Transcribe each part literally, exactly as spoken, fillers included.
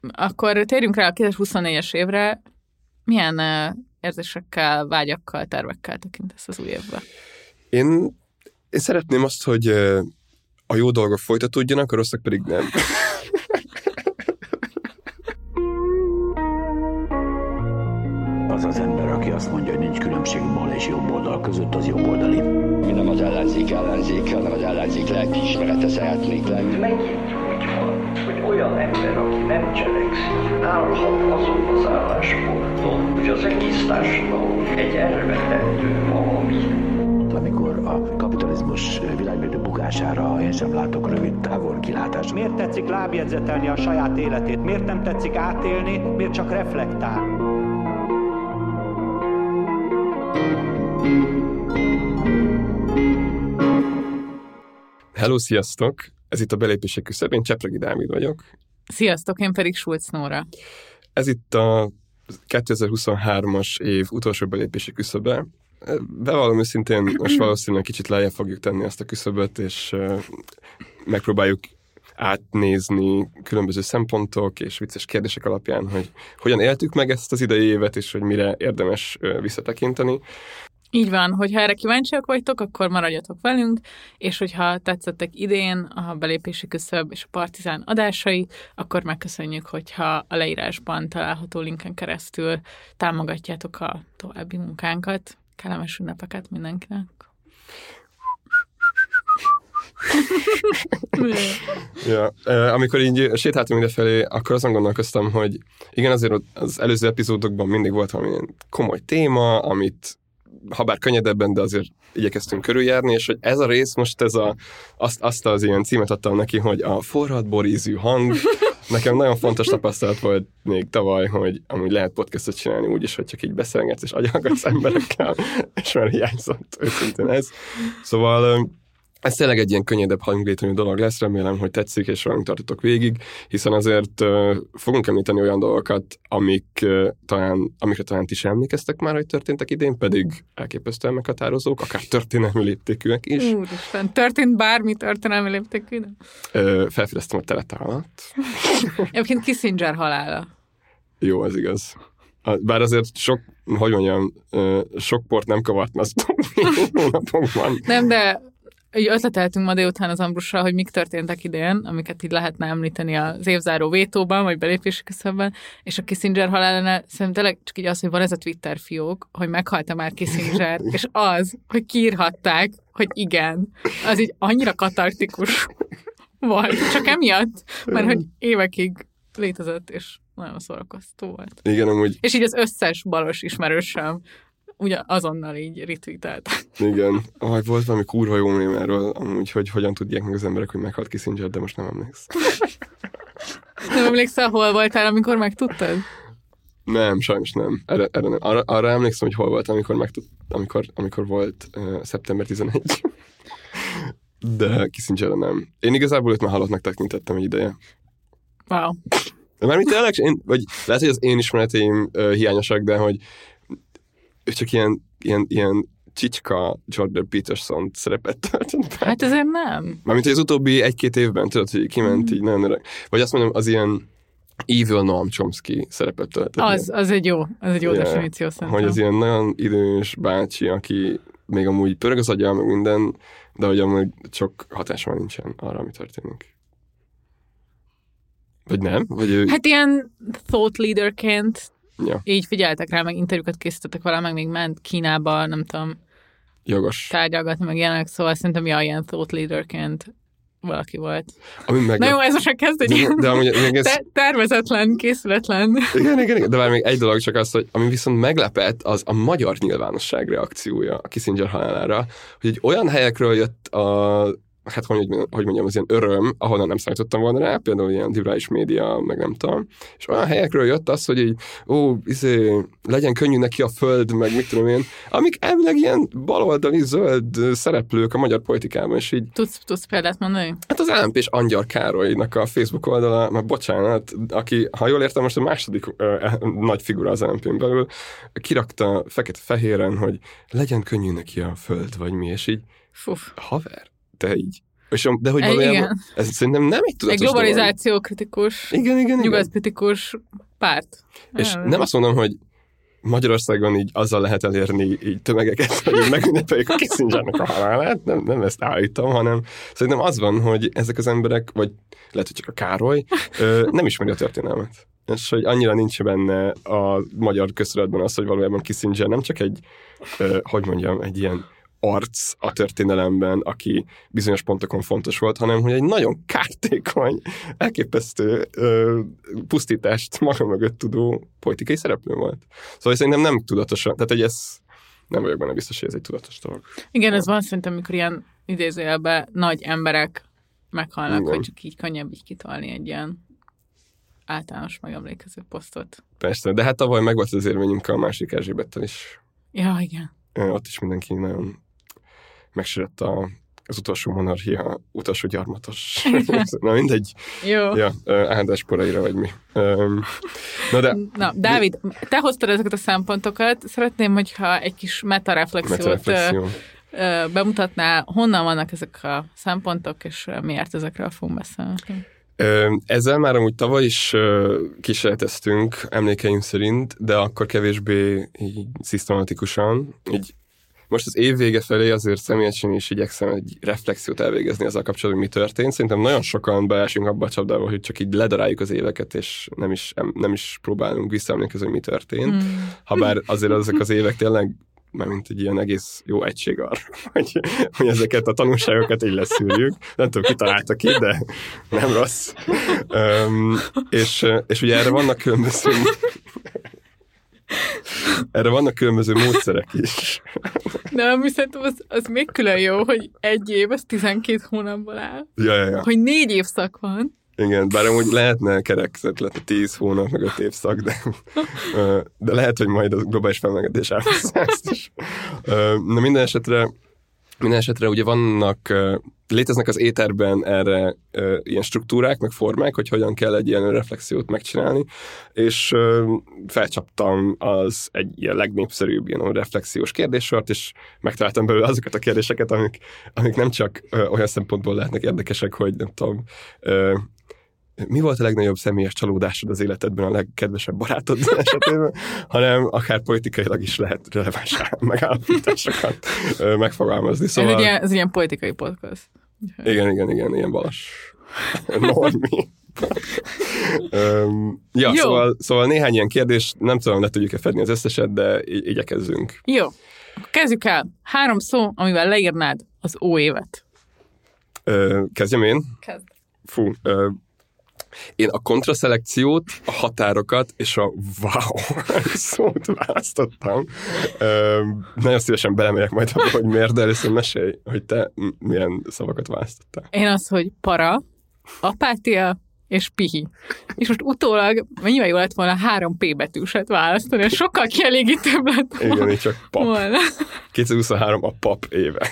akkor térjünk rá a kétezer-huszonnégyes évre. Milyen uh, érzésekkel, vágyakkal, tervekkel tekintesz az új évbe? Én, én szeretném azt, hogy uh, a jó dolgok folytatódjanak, a rosszak pedig nem. Az az ember, aki azt mondja, hogy nincs különbség bal és jobb oldal között, az jobb oldali. Mi nem az ellenzék ellenzéke, hanem az ellenzék lelkiismerete szeretnék lenni. Megint úgy van, hogy olyan ember, aki nem cselekszik, állhat azon az állásponton, hogy az egész társadalom egy elvetendő valami. Amikor a kapitalizmus világmérdő bukására én sem látok rövid távol kilátást. Miért tetszik lábjegyzetelni a saját életét? Miért nem tetszik átélni? Miért csak reflektál? Hello, sziasztok! Ez itt a Belépési Küszöb, én Csepregi Dávid vagyok. Sziasztok, én pedig Schulz Nóra. Ez itt a kétezer-huszonhármas év utolsó belépési küszöbe. Bevallom őszintén, most valószínűleg kicsit lejjebb fogjuk tenni ezt a küszöböt, és megpróbáljuk átnézni különböző szempontok és vicces kérdések alapján, hogy hogyan éltük meg ezt az idei évet, és hogy mire érdemes visszatekinteni. Így van, hogyha erre kíváncsiak vagytok, akkor maradjatok velünk, és hogyha tetszettek idén a belépési küszöb és a Partizán adásai, akkor megköszönjük, hogyha a leírásban található linken keresztül támogatjátok a további munkánkat. Kellemes ünnepeket mindenkinek! Ja, amikor így sétáltam idefelé, akkor azon gondolkoztam, hogy igen, azért az előző epizódokban mindig volt valamilyen komoly téma, amit habár könnyedebben, de azért igyekeztünk körüljárni, és hogy ez a rész most ez a, azt, azt az ilyen címet adtam neki, hogy a forrad borízű hang. Nekem nagyon fontos tapasztalat volt még tavaly, hogy amúgy lehet podcastot csinálni úgy is, hogy csak így beszélgetsz és agyalgatsz emberekkel, és már hiányzott őszintén ez. Szóval ez tényleg egy ilyen könnyedebb hangvételű dolog lesz, remélem, hogy tetszik, és velünk tartotok végig, hiszen azért uh, fogunk említeni olyan dolgokat, amik, uh, talán, amikre talán ti sem emlékeztek már, hogy történtek idén, pedig elképesztően meghatározók, akár történelmi léptékűek is. Úristen, történt bármi történelmi léptékű? Uh, felfedeztem a teletálat. Egyébként Kissinger halála. Jó, az igaz. Bár azért sok, hogy mondjam, uh, sok port nem kavart meg azt hónapokban. Nem, de így ötleteltünk ma délután az Ambrussal, hogy mik történtek idén, amiket így lehetne említeni az évzáró vétóban, vagy belépési küszöbben, és a Kissinger halálánál szerintem tényleg csak így az, hogy van ez a Twitter fiók, hogy meghalt már Kissinger, és az, hogy kiírhatták, hogy igen, az így annyira katartikus volt. Csak emiatt, mert hogy évekig létezett, és nagyon szórakoztató volt. Igen, amúgy. És így az összes balos ismerősöm ugye azonnal így retweetelt. Igen. Ah, volt valami kurva jó mém erről, amúgy, hogy hogyan tudják meg az emberek, hogy meghalt Kissinger, de most nem emlékszem. Nem emlékszel, hol voltál, amikor megtudtad? Nem, sajnos nem. Erre, erre nem. Arra, arra emlékszem, hogy hol volt, amikor, megtud, amikor, amikor volt uh, szeptember tizenegy. De Kissingerre nem. Én igazából őt már halottnak tekintettem egy ideje. Wow. Mármint tényleg, én, vagy lehet, hogy az én ismereteim uh, hiányosak, de hogy ő csak ilyen, ilyen, ilyen csicska Jordan Peterson szerepet töltött. Hát azért nem. Mármint, hogy az utóbbi egy-két évben, tudod, hogy kiment mm. így nagyon öreg. Vagy azt mondom, az ilyen Evil Noam Chomsky szerepet töltött. Az, az egy jó, az egy jó yeah, definíció szerintem. Hogy az ilyen nagyon idős bácsi, aki még amúgy pörög az agya, meg minden, de hogy amúgy sok hatása nincsen arra, ami történik. Vagy nem? Vagy ő... Hát ilyen thought leaderként ja. Így figyeltek rá, meg interjúkat készítettek vele, meg még ment Kínába, nem tudom, jogos. Tárgyalgatni, meg ilyenek, szóval szerintem ja, ilyen thought leaderként valaki volt. Meg... Na jó, ez most kezd egy ilyen ez... Te- tervezetlen, készületlen. Igen, igen, igen, de már még egy dolog csak az, hogy ami viszont meglepett, az a magyar nyilvánosság reakciója a Kissinger halálára, hogy egy olyan helyekről jött a hát hogy, hogy mondjam, az ilyen öröm, ahonnan nem számítottam volna rá, például ilyen liberális média, meg nem tudom, és olyan helyekről jött az, hogy így, ó, izé, legyen könnyű neki a föld, meg mit tudom én, amik elvileg ilyen baloldali zöld szereplők a magyar politikában, és így... Tudsz, tudsz példát mondani? Hát az á em pés Angyar Károlynak a Facebook oldala, már bocsánat, aki, ha jól értem, most a második uh, nagy figura az á em pén belül, kirakta fekete-fehéren, hogy legyen könnyű neki a föld, vagy mi, és így, Fuf. haver, te így És, de hogy valójában, ez szerintem nem egy tudatos egy globalizáció kritikus, igen, igen, nyugatkritikus párt. És nem, nem azt mondom, hogy Magyarországon így azzal lehet elérni így tömegeket, hogy megünnepeljük a Kissingernek a halálát, nem, nem ezt állítom, hanem szerintem az van, hogy ezek az emberek, vagy lehet, hogy csak a Károly, nem ismeri a történelmet. És hogy annyira nincs benne a magyar köztudatban az, hogy valójában Kissinger nem csak egy, hogy mondjam, egy ilyen arc a történelemben, aki bizonyos pontokon fontos volt, hanem hogy egy nagyon kártékony, elképesztő ö, pusztítást maga mögött tudó politikai szereplő volt. Szóval szerintem nem tudatosan, tehát hogy ez nem vagyok benne biztos, hogy ez egy tudatos dolog. Igen, ez van szerintem, amikor ilyen idézőjelben nagy emberek meghalnak, igen. hogy csak így könnyebb így kitolni egy ilyen általános megemlékező posztot. Persze, de hát tavaly megvolt az érvényünk a másik Erzsébettel is. Ja, igen. Ott is mindenki nagyon megsérett a, az utolsó monarchia, utolsó gyarmatos. Na mindegy. Jó. Ja, áldás poraira vagy mi. Na de... Na, Dávid, te hoztad ezeket a szempontokat. Szeretném, hogyha egy kis metareflexiót Metareflexió. bemutatnál, honnan vannak ezek a szempontok, és miért ezekről fogunk beszélni. Ezzel már amúgy tavaly is kísérleteztünk, emlékeim szerint, de akkor kevésbé így szisztematikusan. Így most az év vége felé azért személyesen is igyekszem egy reflexiót elvégezni ezzel kapcsolatban, mi történt. Szerintem nagyon sokan beesünk abba a csapdába, hogy csak így ledaráljuk az éveket, és nem is, nem is próbálunk visszaemlékezni, hogy mi történt. Mm. Habár azért ezek az évek tényleg mármint egy ilyen egész jó egység arra, hogy, hogy ezeket a tanulságokat így leszűrjük. Nem tudom, ki találta ki, de nem rossz. Um, és, és ugye erre vannak különböző erre vannak különböző módszerek is. De ami szerintem az, az még külön jó, hogy egy év, az tizenkét hónapból áll. Ja, ja, ja. Hogy négy évszak van. Igen, bár amúgy lehetne kerek, lehet a tíz hónap, meg öt évszak, de, de lehet, hogy majd a globális felmelegedés elvesz ezt is. Na minden esetre, minden esetre ugye vannak, léteznek az éterben erre ilyen struktúrák, meg formák, hogy hogyan kell egy ilyen reflexiót megcsinálni, és felcsaptam az egy ilyen legnépszerűbb ilyen reflexiós kérdéssort, és megtaláltam belőle azokat a kérdéseket, amik, amik nem csak olyan szempontból lehetnek érdekesek, hogy nem tudom, mi volt a legnagyobb személyes csalódásod az életedben, a legkedvesebb barátod esetében, hanem akár politikailag is lehet releváns megállapításokat megfogalmazni. Szóval... Ez, egy ilyen, ez egy ilyen politikai podcast. Igen, igen, igen, ilyen balas. Normi. um, ja, szóval, szóval néhány ilyen kérdés, nem tudom, le tudjuk-e fedni az összeset, de így, igyekezzünk. Jó, kezdjük el. Három szó, amivel leírnád az óévet. Uh, kezdjem én? Kezd. Fú, uh, én a kontraszelekciót, a határokat és a wow szót választottam. Ö, nagyon szívesen belemegyek majd abba, hogy miért, de először mesélj, hogy te milyen szavakat választottál. Én az, hogy para, apátia és pihi. És most utólag nyilván jó lett volna három P betűset választani, és sokkal kielégítőbb lett volna. Igen, így csak pap. kétezer-huszonhárom a pap éve.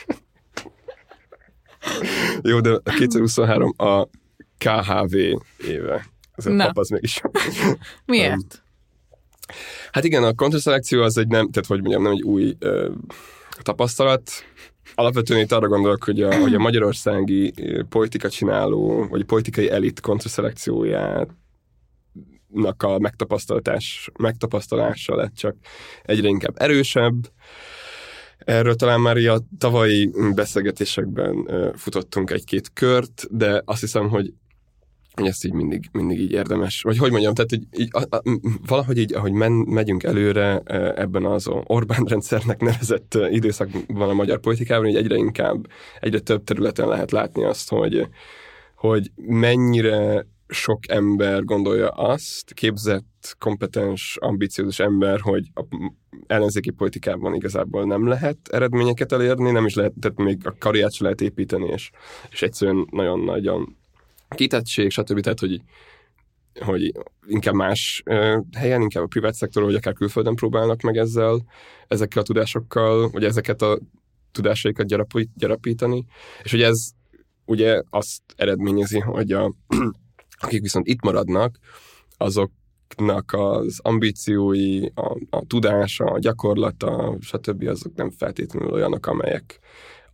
Jó, de a kétezer-huszonhárom a ká há vé éve. Ez a pap az mégis. Miért? Hát igen, a kontraszelekció az egy nem, tehát hogy mondjam, nem egy új ö, tapasztalat. Alapvetően itt arra gondolok, hogy a, hogy a magyarországi politika csináló, vagy politikai elit kontraszelekciójának a megtapasztalás, megtapasztalása lett csak egyre inkább erősebb. Erről talán már a tavalyi beszélgetésekben futottunk egy-két kört, de azt hiszem, hogy ezt így mindig, mindig így érdemes. Vagy hogy mondjam, tehát hogy így, a, a, valahogy így, ahogy men, megyünk előre ebben az Orbán rendszernek nevezett időszakban a magyar politikában, így egyre inkább, egyre több területen lehet látni azt, hogy, hogy mennyire sok ember gondolja azt, képzett, kompetens, ambiciózus ember, hogy a ellenzéki politikában igazából nem lehet eredményeket elérni, nem is lehet, tehát még a karriert sem lehet építeni, és, és egyszerűen nagyon-nagyon kitettség, stb. Tehát, hogy, hogy inkább más uh, helyen, inkább a privát szektorban, vagy akár külföldön próbálnak meg ezzel, ezekkel a tudásokkal, vagy ezeket a tudásaikat gyarapít, gyarapítani. És ugye ez ugye azt eredményezi, hogy a, akik viszont itt maradnak, azoknak az ambíciói, a, a tudása, a gyakorlata, stb. Azok nem feltétlenül olyanok, amelyek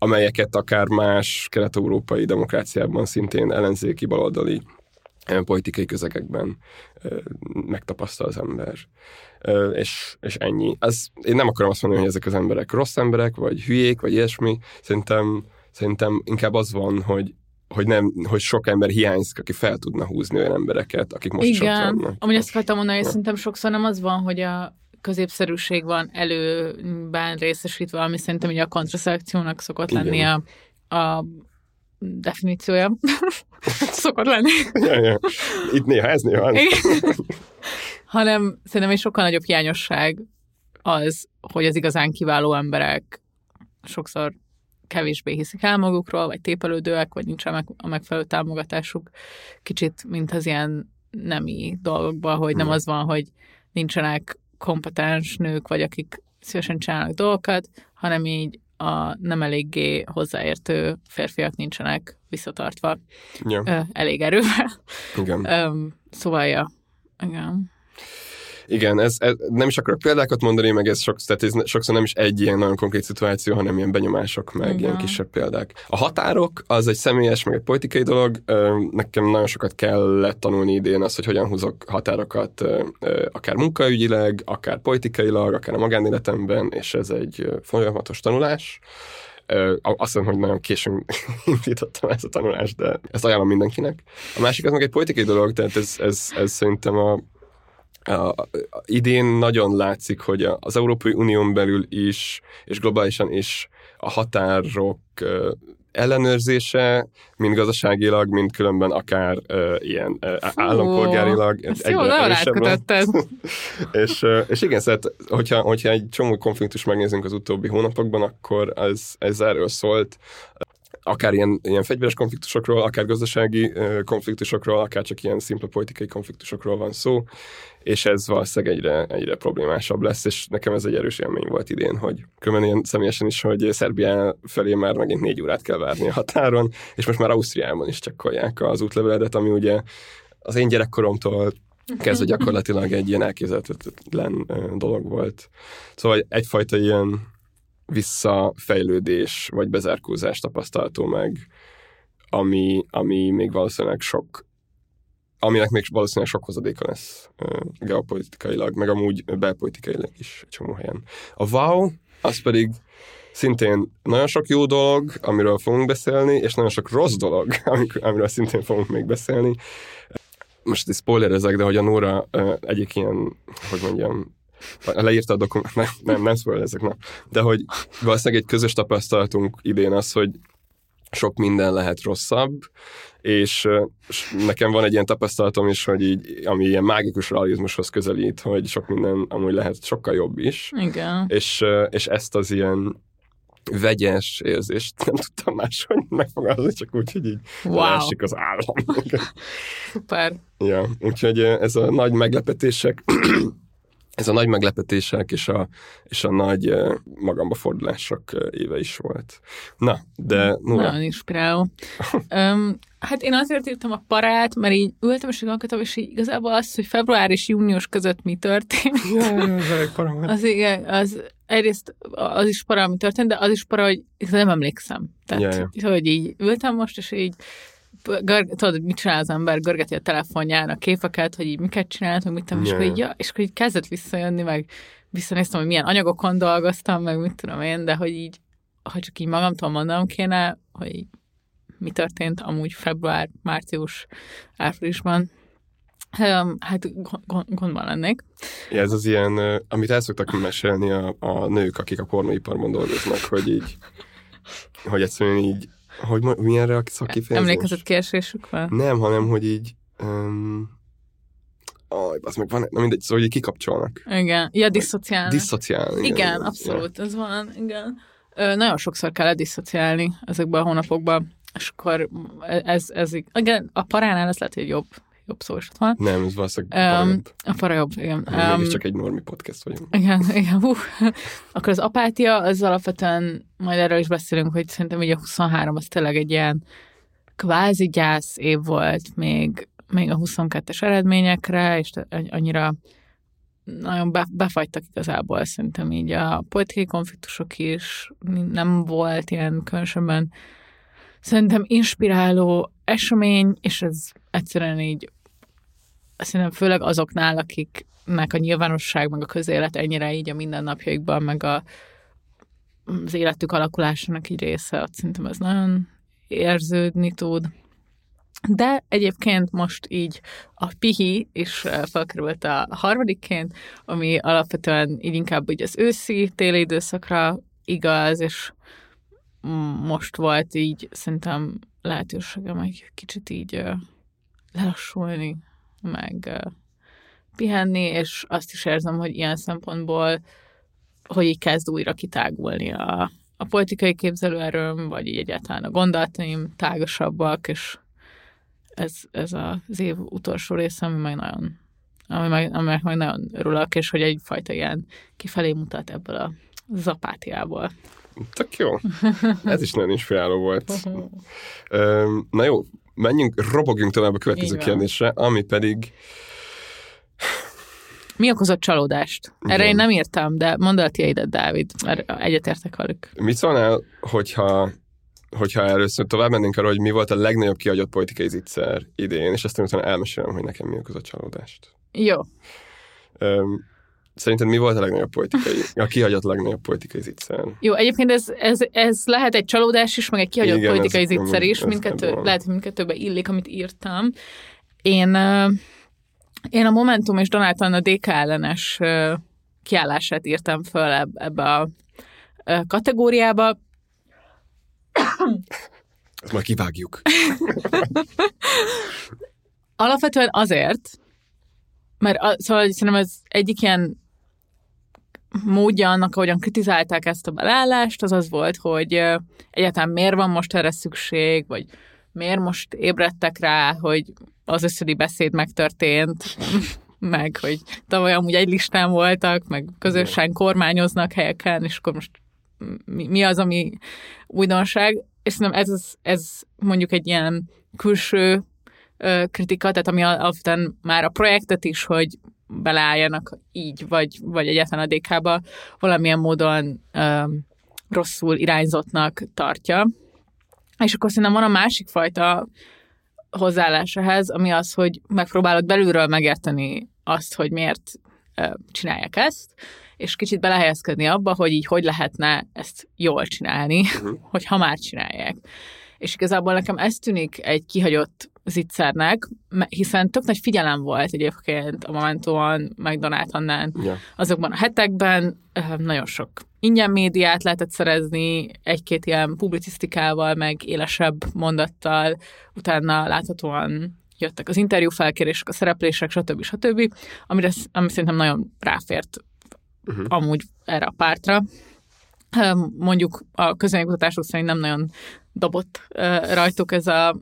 amelyeket akár más kelet-európai demokráciában szintén ellenzéki baloldali politikai közegekben megtapasztal az ember. És, és ennyi. Az, én nem akarom azt mondani, hogy ezek az emberek rossz emberek, vagy hülyék, vagy ilyesmi. Szerintem, szerintem inkább az van, hogy hogy, nem, hogy sok ember hiányzik, aki fel tudna húzni olyan embereket, akik most is ott vannak. Igen, amúgy azt akartam mondani, hogy szerintem sokszor nem az van, hogy a középszerűség van előben részesítve, ami szerintem ugye a kontraszelekciónak szokott Igen. lenni a, a definíciója. szokott lenni. Ja, ja. Itt néha ez, néha az. Hanem szerintem egy sokkal nagyobb hiányosság az, hogy az igazán kiváló emberek sokszor kevésbé hiszik el magukról, vagy tépelődőek, vagy nincs a megfelelő támogatásuk. Kicsit, mint az ilyen nemi dolgokban, hogy nem az van, hogy nincsenek kompetens nők, vagy akik szívesen csinálnak dolgokat, hanem így a nem eléggé hozzáértő férfiak nincsenek visszatartva Ja. ö, elég erővel. Igen. Ö, szóval, ja. Igen. Igen, ez, ez, nem is akarok példákat mondani, meg ez, sokszor, tehát ez sokszor nem is egy ilyen nagyon konkrét szituáció, hanem ilyen benyomások, meg Igen. ilyen kisebb példák. A határok, az egy személyes, meg egy politikai dolog. Nekem nagyon sokat kellett tanulni idén az, hogy hogyan húzok határokat, akár munkaügyileg, akár politikailag, akár a magánéletemben, és ez egy folyamatos tanulás. Azt hiszem, hogy nagyon későn indítottam ezt a tanulást, de ezt ajánlom mindenkinek. A másik az meg egy politikai dolog, tehát ez, ez, ez szerintem a A, a, idén nagyon látszik, hogy a, az Európai Unión belül is, és globálisan is a határok uh, ellenőrzése, mind gazdaságilag, mind különben akár uh, ilyen uh, állampolgárilag. Ezt jól átkötötted. és, uh, és igen, szóval, hogyha, hogyha egy csomó konfliktus megnézünk az utóbbi hónapokban, akkor ez, ez erről szólt. Akár ilyen, ilyen fegyveres konfliktusokról, akár gazdasági uh, konfliktusokról, akár csak ilyen szimpla politikai konfliktusokról van szó, és ez valószínűleg egyre, egyre problémásabb lesz, és nekem ez egy erős élmény volt idén, hogy különben ilyen személyesen is, hogy Szerbia felé már megint négy órát kell várni a határon, és most már Ausztriában is csekkolják az útleveledet, ami ugye az én gyerekkoromtól kezdve gyakorlatilag egy ilyen elképzelhetetlen dolog volt. Szóval egyfajta ilyen visszafejlődés vagy bezárkózás tapasztalható meg, ami, ami még valószínűleg sok, aminek még valószínűleg sok hozadéka lesz uh, geopolitikailag, meg amúgy belpolitikailag is egy csomó helyen. A wow, az pedig szintén nagyon sok jó dolog, amiről fogunk beszélni, és nagyon sok rossz dolog, amiről szintén fogunk még beszélni. Most egy spoilerezek, de hogy a Nóra uh, egyik ilyen, hogy mondjam, leírta a dokument, nem, nem, nem spoilerezek, na. De hogy valószínűleg egy közös tapasztalatunk idén az, hogy sok minden lehet rosszabb, és nekem van egy ilyen tapasztalatom is, hogy így, ami ilyen mágikus realizmushoz közelít, hogy sok minden amúgy lehet sokkal jobb is. Igen. És, és ezt az ilyen vegyes érzést nem tudtam máshogy megfogalmazni, csak úgy, hogy így wow. Lásik az állam. Szuper. Ja, úgyhogy ez a nagy meglepetések Ez a nagy meglepetések és a, és a nagy uh, magamba fordulások uh, éve is volt. Na, de... Nóra. Nagyon inspiráló. um, hát én azért írtam a parát, mert így ültem és gondolkodtam, és így igazából az, hogy február és június között mi történt. Jaj, az igen, az egyrészt az is para, ami történt, de az is para, hogy nem emlékszem. Tehát, Jaj. hogy így ültem most, és így Gör, tudod, mit csinál az ember, görgeti a telefonján a képeket, hogy így miket csinált, meg mit tudom, és, akkor így, ja, és akkor így kezdett visszajönni, meg visszanéztem, hogy milyen anyagokon dolgoztam, meg mit tudom én, de hogy így, ha csak így magamtól mondanom kéne, hogy így, mi történt amúgy február, március, áprilisban, hát gondban lennék. Ja, ez az ilyen, amit el szoktak mesélni a, a nők, akik a pornóiparban dolgoznak, hogy így, hogy egyszerűen így hogy milyen reakció kifejezés? Emlékezett kiesésük van? Nem, hanem, hogy így um, aj, az meg van, na mindegy, szóval, hogy így kikapcsolnak. Igen, ja, disszociálni. Disszociálni. Igen, igen, abszolút, ja. Ez van, igen. Ö, nagyon sokszor kell disszociálni ezekben a hónapokban, és akkor ez, ez igen, a paránál ez lehet, hogy jobb, jobb szó is van. Nem, ez valószínűleg um, para jobb. A para jobb, igen. Um, Mégis csak egy normi podcast vagyunk. Igen, igen, hú. Akkor az apátia, az alapvetően, majd erről is beszélünk, hogy szerintem így a huszonhárom az tényleg egy ilyen kvázi gyász év volt még, még a huszonkettes eredményekre, és annyira nagyon be, befagytak igazából, szerintem így a politikai konfliktusok is, nem volt ilyen különösebben szerintem inspiráló esemény, és ez egyszerűen így szerintem főleg azoknál, akiknek a nyilvánosság, meg a közélet ennyire így a mindennapjaikban, meg a, az életük alakulásának így része, ott szerintem ez nagyon érződni tud. De egyébként most így a pihi is felkerült a harmadikként, ami alapvetően így inkább úgy az őszi, téli időszakra igaz, és most volt így szerintem lehetőségem egy kicsit így uh, lelassulni, meg uh, pihenni, és azt is érzem, hogy ilyen szempontból, hogy így kezd újra kitágulni a, a politikai képzelőerőm, vagy így egyáltalán a gondolataim tágasabbak, és ez, ez az év utolsó része, ami meg nagyon, ami meg, ami meg nagyon örülök, és hogy egyfajta ilyen kifelé mutat ebből a zapátiából. Tök jó. Ez is nagyon inspiráló volt. Na jó, menjünk, robogjunk tovább a következő kérdésre, ami pedig... Mi okozott csalódást? Erre igen. Én nem írtam, de mondd el tiédet, Dávid, mert egyetértek velük. Mit szólnál, hogyha, hogyha először tovább mennénk arra, hogy mi volt a legnagyobb kihagyott politikai zicser idén, és aztán utána elmesélem, hogy nekem mi okozott csalódást. Jó. Um, Szerinted mi volt a legnagyobb politikai, a kihagyott legnagyobb politikai zicser? Jó, egyébként ez, ez, ez lehet egy csalódás is, meg egy kihagyott igen, politikai zicser is, mindkettő, lehet, hogy mindkettőbe illik, amit írtam. Én, én a Momentum és Donát Anna dé ká ellenes kiállását írtam föl ebbe a kategóriába. Ezt majd kivágjuk. Alapvetően azért, mert a, szóval szerintem ez egyik ilyen módja annak, ahogyan kritizálták ezt a beleállást, az az volt, hogy egyáltalán miért van most erre szükség, vagy miért most ébredtek rá, hogy az összödi beszéd megtörtént, meg hogy tavaly amúgy egy listán voltak, meg közösen kormányoznak helyeken, és akkor most mi, mi az, ami újdonság. És szerintem ez, ez mondjuk egy ilyen külső kritika, tehát ami alapvetően már a projektet is, hogy beleálljanak így, vagy, vagy egyáltalán a dé ká-ba valamilyen módon ö, rosszul irányzottnak tartja. És akkor szerintem van a másik fajta hozzáállás ehhez, ami az, hogy megpróbálod belülről megérteni azt, hogy miért ö, csinálják ezt, és kicsit belehelyezkedni abba, hogy így hogy lehetne ezt jól csinálni, uh-huh. hogy ha már csinálják. És igazából nekem ez tűnik egy kihagyott zicsernek, hiszen tök nagy figyelem volt egyébként a Momentumon, meg Donát Annán yeah. azokban a hetekben, nagyon sok ingyen médiát lehetett szerezni, egy-két ilyen publicisztikával, meg élesebb mondattal, utána láthatóan jöttek az interjúfelkérések, a szereplések, stb. stb., amire, ami szerintem nagyon ráfért uh-huh. amúgy erre a pártra. Mondjuk a közönségkutatások szerint nem nagyon dobott uh, rajtuk ez a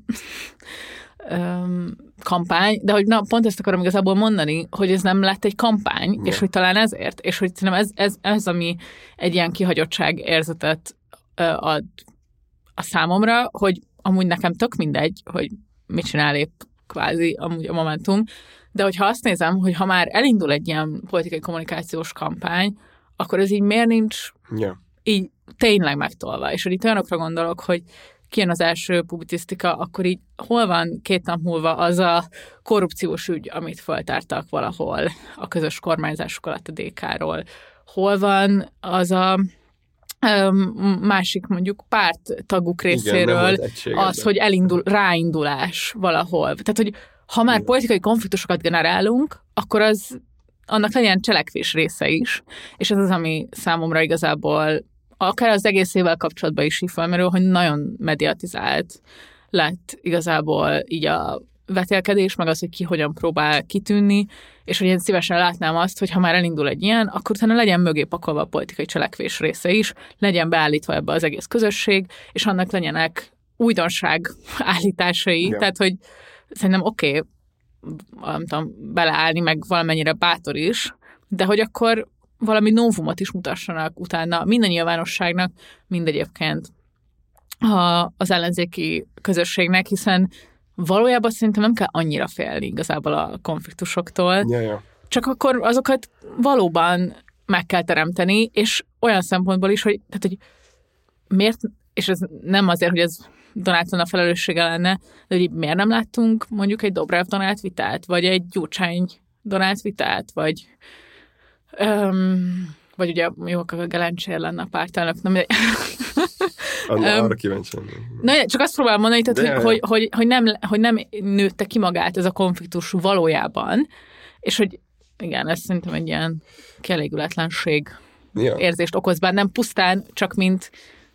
um, kampány, de hogy na, pont ezt akarom igazából mondani, hogy ez nem lett egy kampány, yeah. és hogy talán ezért, és hogy szerintem ez, ez, ez ami egy ilyen kihagyottság érzetet uh, ad a számomra, hogy amúgy nekem tök mindegy, hogy mit csinál épp kvázi amúgy a Momentum, de hogyha azt nézem, hogy ha már elindul egy ilyen politikai kommunikációs kampány, akkor ez így miért nincs yeah. így tényleg megtolva. És hogy itt olyanokra gondolok, hogy kijön az első publicisztika, akkor így hol van két nap múlva az a korrupciós ügy, amit feltártak valahol a közös kormányzásuk alatt a dé ká-ról. Hol van az a másik mondjuk párttaguk részéről igen, az, hogy elindul, ráindulás valahol. Tehát, hogy ha már igen. politikai konfliktusokat generálunk, akkor az annak legyen cselekvés része is. És ez az, ami számomra igazából akár az egész évvel kapcsolatban is így felmerül, hogy nagyon mediatizált lett igazából így a vetélkedés, meg az, hogy ki hogyan próbál kitűnni, és hogy én szívesen látnám azt, hogy ha már elindul egy ilyen, akkor utána legyen mögé pakolva a politikai cselekvés része is, legyen beállítva ebbe az egész közösség, és annak legyenek újdonság állításai, yeah. tehát, hogy szerintem oké, okay, nem tudom, beleállni, meg valamennyire bátor is, de hogy akkor valami novumot is mutassanak utána minden nyilvánosságnak, mind egyébként az ellenzéki közösségnek, hiszen valójában szerintem nem kell annyira félni igazából a konfliktusoktól. Ja, ja. csak akkor azokat valóban meg kell teremteni, és olyan szempontból is, hogy, tehát, hogy miért, és ez nem azért, hogy ez Donátnak a felelőssége lenne, de hogy miért nem láttunk mondjuk egy Dobrev-Donát vitát, vagy egy Gyurcsány-Donát vitát, vagy öm, vagy ugye jó, a Gelencsér lenne a pártelnök, nem Arra um, kíváncsi. Na, csak azt próbálom mondani, tehát, hogy, hogy, hogy, hogy, nem, hogy nem nőtte ki magát ez a konfliktus valójában, és hogy igen, ez szerintem egy ilyen kielégületlenség ja. érzést okoz, bár nem pusztán, csak mint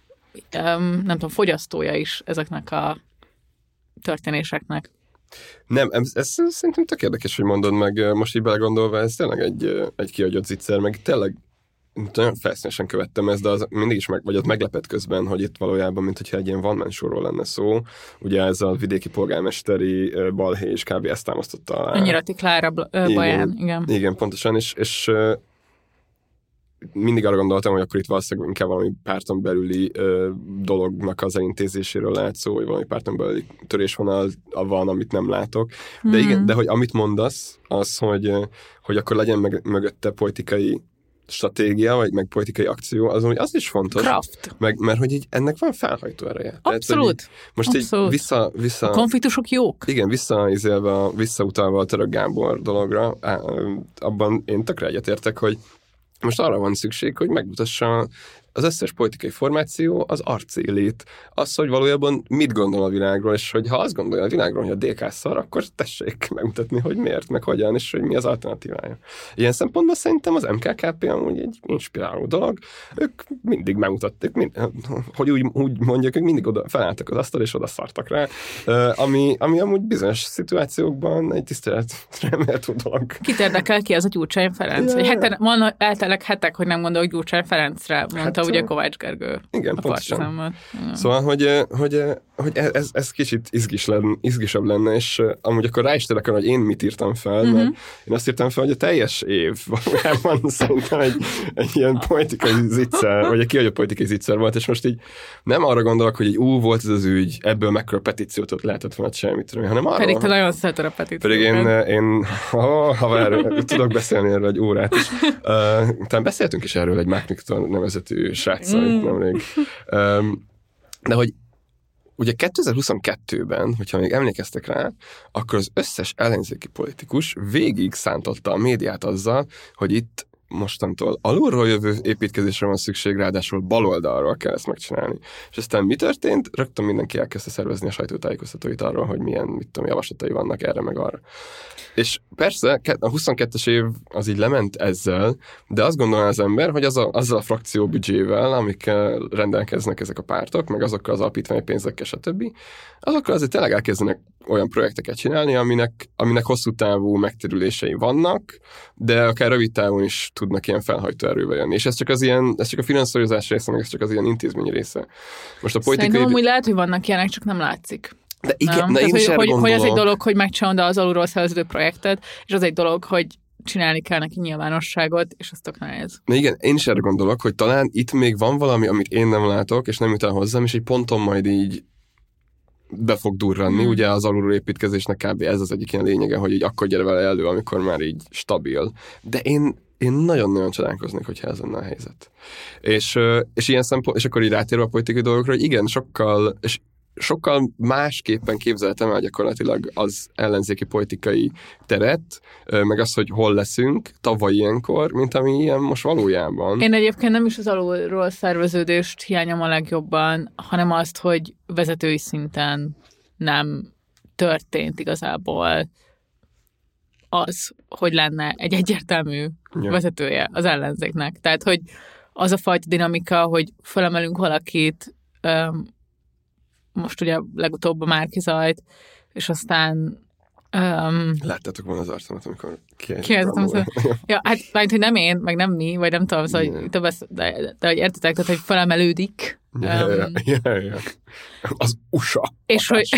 um, nem tudom, fogyasztója is ezeknek a történéseknek. Nem, ez, ez szerintem tök érdekes, hogy mondod meg, most így belegondolva, ez tényleg egy, egy kiagyott zicser, meg tényleg nagyon felszínesen követtem ezt, de az mindig is meg, vagy ott meglepett közben, hogy itt valójában, mint hogyha egy ilyen one-man showról lenne szó. Ugye ez a vidéki polgármesteri balhé és kb. Ezt támasztotta alá. Annyira Klára Baján, igen. Igen, igen pontosan, és, és mindig arra gondoltam, hogy akkor itt valószínűleg inkább valami párton belüli ö, dolognak az elintézéséről lehet szó, hogy valami párton belüli törésvonal van, amit nem látok. De mm. igen, de hogy amit mondasz, az, hogy, hogy akkor legyen meg, mögötte politikai stratégia, vagy meg politikai akció, az, hogy az is fontos. Kraft. Meg, mert hogy így ennek van felhajtó ereje. Abszolút. Tehát, most Abszolút. így vissza, vissza... A konfliktusok jók. Igen, visszaizélve, visszautalva a Török Gábor dologra, abban én tökre egyetértek, hogy most arra van szükség, hogy megmutassa az összes politikai formáció az arcélét. Az, hogy valójában mit gondol a világról, és hogy ha azt gondolja a világról, hogy a dé ká szar, akkor tessék megmutatni, hogy miért, meg hogyan, és hogy mi az alternatívája. Ilyen szempontból szerintem az em ká ká pé amúgy egy inspiráló dolog. Ők mindig megmutatták, mind, hogy úgy, úgy mondják, ők mindig oda felálltak az asztal, és oda szartak rá, ami, ami amúgy bizonyos szituációkban egy tiszteletre méltó dolog. Kit érdekel ki az a Gyurcsány Ferenc? Yeah. Heten, van eltelek hetek, hogy nem gondolok Gyurcsány Ferencre, mondta hát, ugye Kovács Gergő. Igen, pontosan. Szóval, hogy, hogy, hogy ez, ez kicsit izgis lenne, izgisabb lenne, és amúgy akkor rá is tényleg, hogy én mit írtam fel, mm-hmm. mert én azt írtam fel, hogy a teljes év valójában szerintem egy, egy ilyen politikai zicser, vagy egy kihagyott politikai zicser volt, és most így nem arra gondolok, hogy így ú, volt ez az ügy, ebből mekkora petíciót lehetett volna semmit, hanem arra. Pedig te nagyon szereted a petíciót. Pedig én, én ha, ha erről, tudok beszélni erről egy órát is. Uh, talán beszéltünk is erről egy Mark Nixon nevezetű sráccal mm. nemrég. Um, de hogy ugye kétezer-huszonkettőben, hogyha még emlékeztek rá, akkor az összes ellenzéki politikus végig szántotta a médiát azzal, hogy itt mostantól alulról jövő építkezésre van szükség, ráadásul baloldalról kell ezt megcsinálni. És aztán mi történt? Rögtön mindenki elkezdte szervezni a sajtótájékoztatóit arról, hogy milyen, mit tudom, javaslatai vannak erre meg arra. És persze, a huszonkettes év az így lement ezzel, de azt gondolná az ember, hogy az a, azzal a frakció büdzsével, amikkel rendelkeznek ezek a pártok, meg azokkal az alapítványi pénzekkel, stb., azokkal azért tényleg elkezdenek olyan projekteket csinálni, aminek, aminek hosszú távú megtérülései vannak, de akár rövid távon is tudnak ilyen felhajtó erővel jönni. És ez csak az ilyen, ez csak a finanszírozás része, meg ez csak az ilyen intézményi része. Most a politikai... Szerintem amúgy lehet, hogy vannak ilyenek, csak nem látszik. De igen, na, Tehát, én hogy, is erre hogy, gondolok. hogy ez egy dolog, hogy megcsinálod az alulról szerveződő projektet, és az egy dolog, hogy csinálni kell neki nyilvánosságot, és az tök nehéz. Na igen, én is erre gondolok, hogy talán itt még van valami, amit én nem látok, és nem jut el hozzám, és egy ponton majd így be fog durranni. Hmm. Ugye az alulról építkezésnek kb. Ez az egyik ilyen lényege, hogy így akkor gyere vele elő, amikor már így stabil. De én Én nagyon-nagyon csodálkoznék, hogyha ez lenne a helyzet. És, és ilyen szempont, és akkor így rátérve a politikai dolgokra, hogy igen, sokkal, és sokkal másképpen képzeltem el gyakorlatilag az ellenzéki politikai teret, meg az, hogy hol leszünk tavaly ilyenkor, mint ami ilyen most valójában. Én egyébként nem is az alulról szerveződést hiányom a legjobban, hanem azt, hogy vezetői szinten nem történt igazából az, hogy lenne egy egyértelmű ja. vezetője az ellenzéknek. Tehát, hogy az a fajta dinamika, hogy felemelünk valakit, öm, most ugye legutóbb a Márki-Zajt, és aztán... Um, Láttátok volna az arcomat, amikor kiejtettem. Szóval, ja, hát majd, hogy nem én, meg nem mi, vagy nem tudom, szóval, hogy több ezt, de, de, de hogy értitek, tehát, hogy felemelődik. Ja, um, ja, ja, ja. Az u es á. És hogy...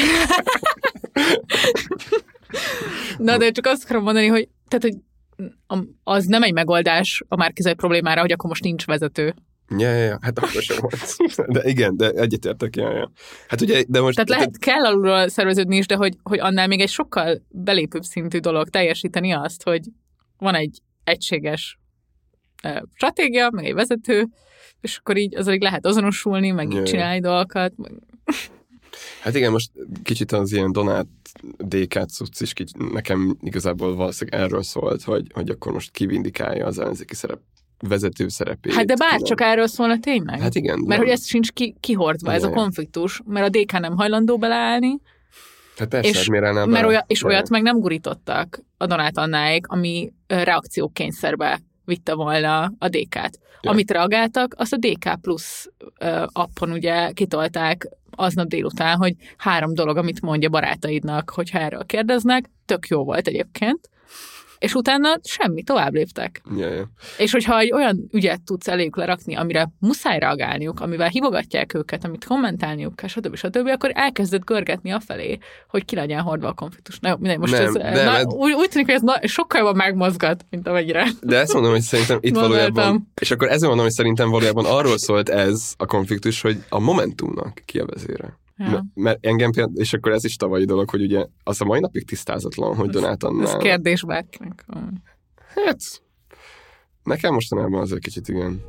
Na, de csak azt akarom mondani, hogy, tehát, hogy az nem egy megoldás a Márki-Zaj problémára, hogy akkor most nincs vezető. Ja, ja, ja, hát akkor sem volt. De igen, de egyetértek, ja, ja. Hát ugye, de most... Tehát lehet, kell alulról szerveződni is, de hogy, hogy annál még egy sokkal belépőbb szintű dolog teljesíteni azt, hogy van egy egységes uh, stratégia, meg egy vezető, és akkor így azzal így lehet azonosulni, meg így csinálni dolgokat. Meg... Hát igen, most kicsit az ilyen Donát dé ká cucc is kicsit, nekem igazából valószínűleg erről szólt, hogy, hogy akkor most kivindikálja az ellenzéki szerep, vezető szerepét. Hát de bár csak erről szólna tényleg. Hát igen. Mert nem. hogy ez sincs ki, kihordva, ez a konfliktus, mert a dé ká nem hajlandó beleállni, hát persze, és, miért állnál mert be? olyat, és de... olyat meg nem gurítottak a Donát Annáék, ami reakciókényszerbe vitte volna a dé ká-t. Ja. Amit reagáltak, azt a dé ká plusz appon ugye kitolták aznap délután, hogy három dolog, amit mondja barátaidnak, hogyha erről kérdeznek, tök jó volt egyébként, és utána semmi, tovább léptek. Ja, ja. És hogyha egy olyan ügyet tudsz eléjük lerakni, amire muszáj reagálniuk, amivel hívogatják őket, amit kommentálniuk kell, stb. stb., akkor elkezdett görgetni afelé, hogy ki legyen hordva a konfliktus. Na jó, mindegy, most nem, ez, nem, na, ez... úgy, úgy tűnik, hogy ez na, sokkal jobban megmozgat, mint amennyire. De ezt mondom, hogy szerintem itt Gondoltam. valójában, és akkor ezzel mondom, hogy szerintem valójában arról szólt ez a konfliktus, hogy a Momentumnak ki a vezére. Ja. Mert engem például, és akkor ez is tavalyi dolog, hogy ugye az a mai napig tisztázatlan, hogy Donát Anna... Ez kérdés bárkinek. Hát, nekem mostanában azért kicsit igen.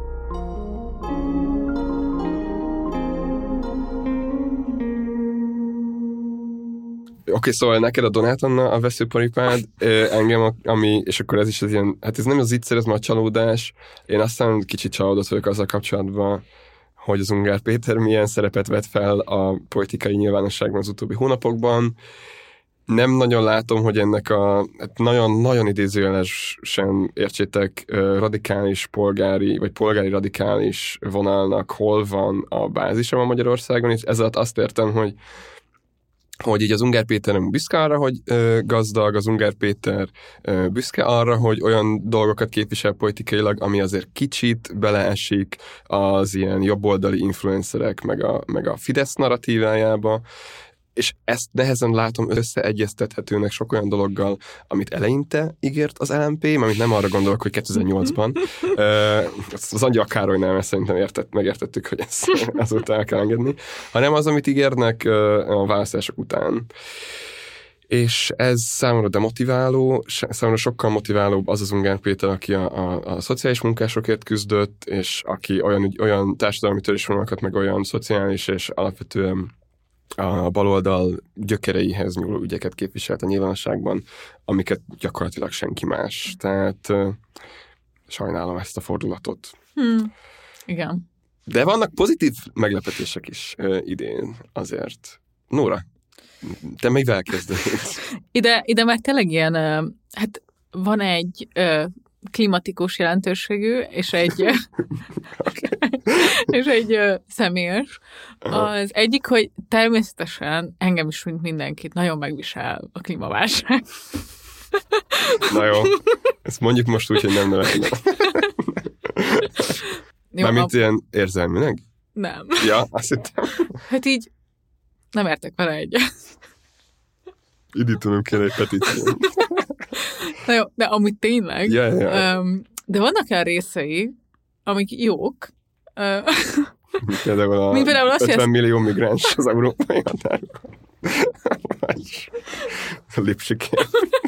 Oké, okay, szóval neked a Donát Anna a veszőparipád, engem, ami, és akkor ez is az ilyen, hát ez nem az ígyszer, ez már a csalódás. Én aztán kicsit csalódott vagyok azzal kapcsolatban, hogy az Ungár Péter milyen szerepet vett fel a politikai nyilvánosságban az utóbbi hónapokban. Nem nagyon látom, hogy ennek a hát nagyon-nagyon idézőjelesen értsétek radikális polgári, vagy polgári radikális vonalnak hol van a bázisa a Magyarországon, és ezzel azt értem, hogy hogy így az Ungár Péter nem büszke arra, hogy ö, gazdag, az Ungár Péter ö, büszke arra, hogy olyan dolgokat képvisel politikailag, ami azért kicsit beleesik az ilyen jobboldali influencerek, meg a, meg a Fidesz narratívájába, és ezt nehezen látom összeegyeztethetőnek sok olyan dologgal, amit eleinte ígért az el em pé, amit nem arra gondolok, hogy kétezer-nyolcban. Az Angyal Károlynál ezt szerintem értett, megértettük, hogy ezt azóta el kell engedni, hanem az, amit ígérnek a választások után. És ez számomra demotiváló, számomra sokkal motiválóbb az az Ungár Péter, aki a, a, a szociális munkásokért küzdött, és aki olyan, olyan társadalmi törésvonalakat, meg olyan szociális és alapvetően a baloldal gyökereihez nyúló ügyeket képviselt a nyilvánosságban, amiket gyakorlatilag senki más. Tehát uh, sajnálom ezt a fordulatot. Hmm. Igen. De vannak pozitív meglepetések is uh, idén azért. Nóra, te még elkezdenéd. Ide, ide már tényleg ilyen, uh, hát van egy uh, klimatikus jelentőségű, és egy és egy uh, személyes. Az egyik, hogy természetesen engem is, mint mindenkit, nagyon megvisel a klímaválság. Na jó, ezt mondjuk most úgy, hogy nem nevettem. Mármint a... ilyen érzelmileg? Nem. Ja, azt hittem. Hát így nem értek vele egyet. Indítanunk kell egy petíciót. Na jó, de amúgy tényleg. Yeah, yeah. Um, de vannak olyan részei, amik jók. Uh, például a mint például ötven azt millió migráns az európai határokon. A lipsikén.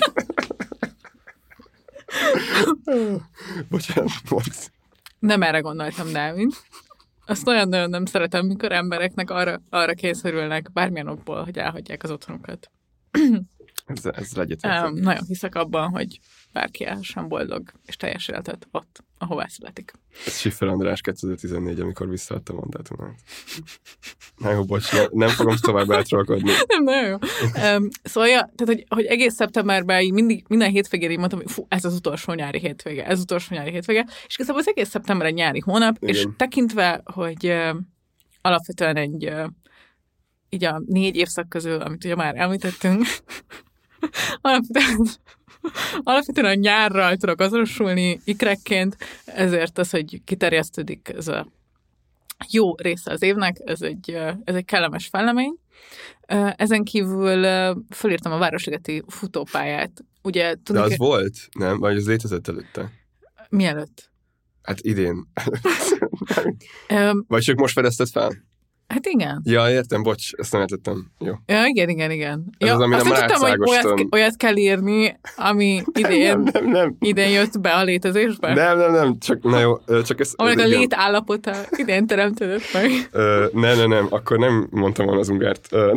Bocsánat, volt. Nem erre gondoltam, Dávid. Azt nagyon-nagyon nem szeretem, mikor embereknek arra, arra kényszerülnek bármilyen okból, hogy elhagyják az otthonukat. Ez, ez legyen. Um, nagyon hiszek abban, hogy bárki elhassen boldog és teljes életet ott, ahová születik. Ez Schiffer András kétezer-tizennégy, amikor visszaadta a mandátumát. Na jó, bocs, ne, nem fogom tovább átrolkodni. Nem, nagyon jó. Um, szóval, ja, tehát, hogy, hogy egész szeptemberben így mindig, minden hétvégén így mondtam, hogy fú, ez az utolsó nyári hétvége, ez az utolsó nyári hétvége, és igazából az egész szeptember egy nyári hónap, igen. És tekintve, hogy uh, alapvetően egy uh, így a négy évszak közül, amit ugye már említettünk, alapvetően, alapvetően a nyárral tudok azonosulni ikrekként, ezért az, hogy kiterjesztődik ez a jó része az évnek, ez egy, ez egy kellemes fellemény. Ezen kívül fölírtam a Városligeti futópályát. Ugye, de az volt, nem? Vagy az létezett előtte? Mielőtt? Hát idén. um, Vagy csak most fedezted fel? Hát igen. Ja, értem, bocs, ezt nem értettem. Jó. Ja, igen, igen, igen. Ez ja, az, ami azt nem nem tudtam, hogy olyat, rácágostan- olyat kell írni, ami idén, Nem, nem, nem. idén jött be a létezésbe. Nem, nem, nem, csak, na jó, ö, csak ez... Aminek a igen. létállapota idén teremtődött meg. Ö, nem, nem, nem, akkor nem mondtam volna az ungárt. Ö,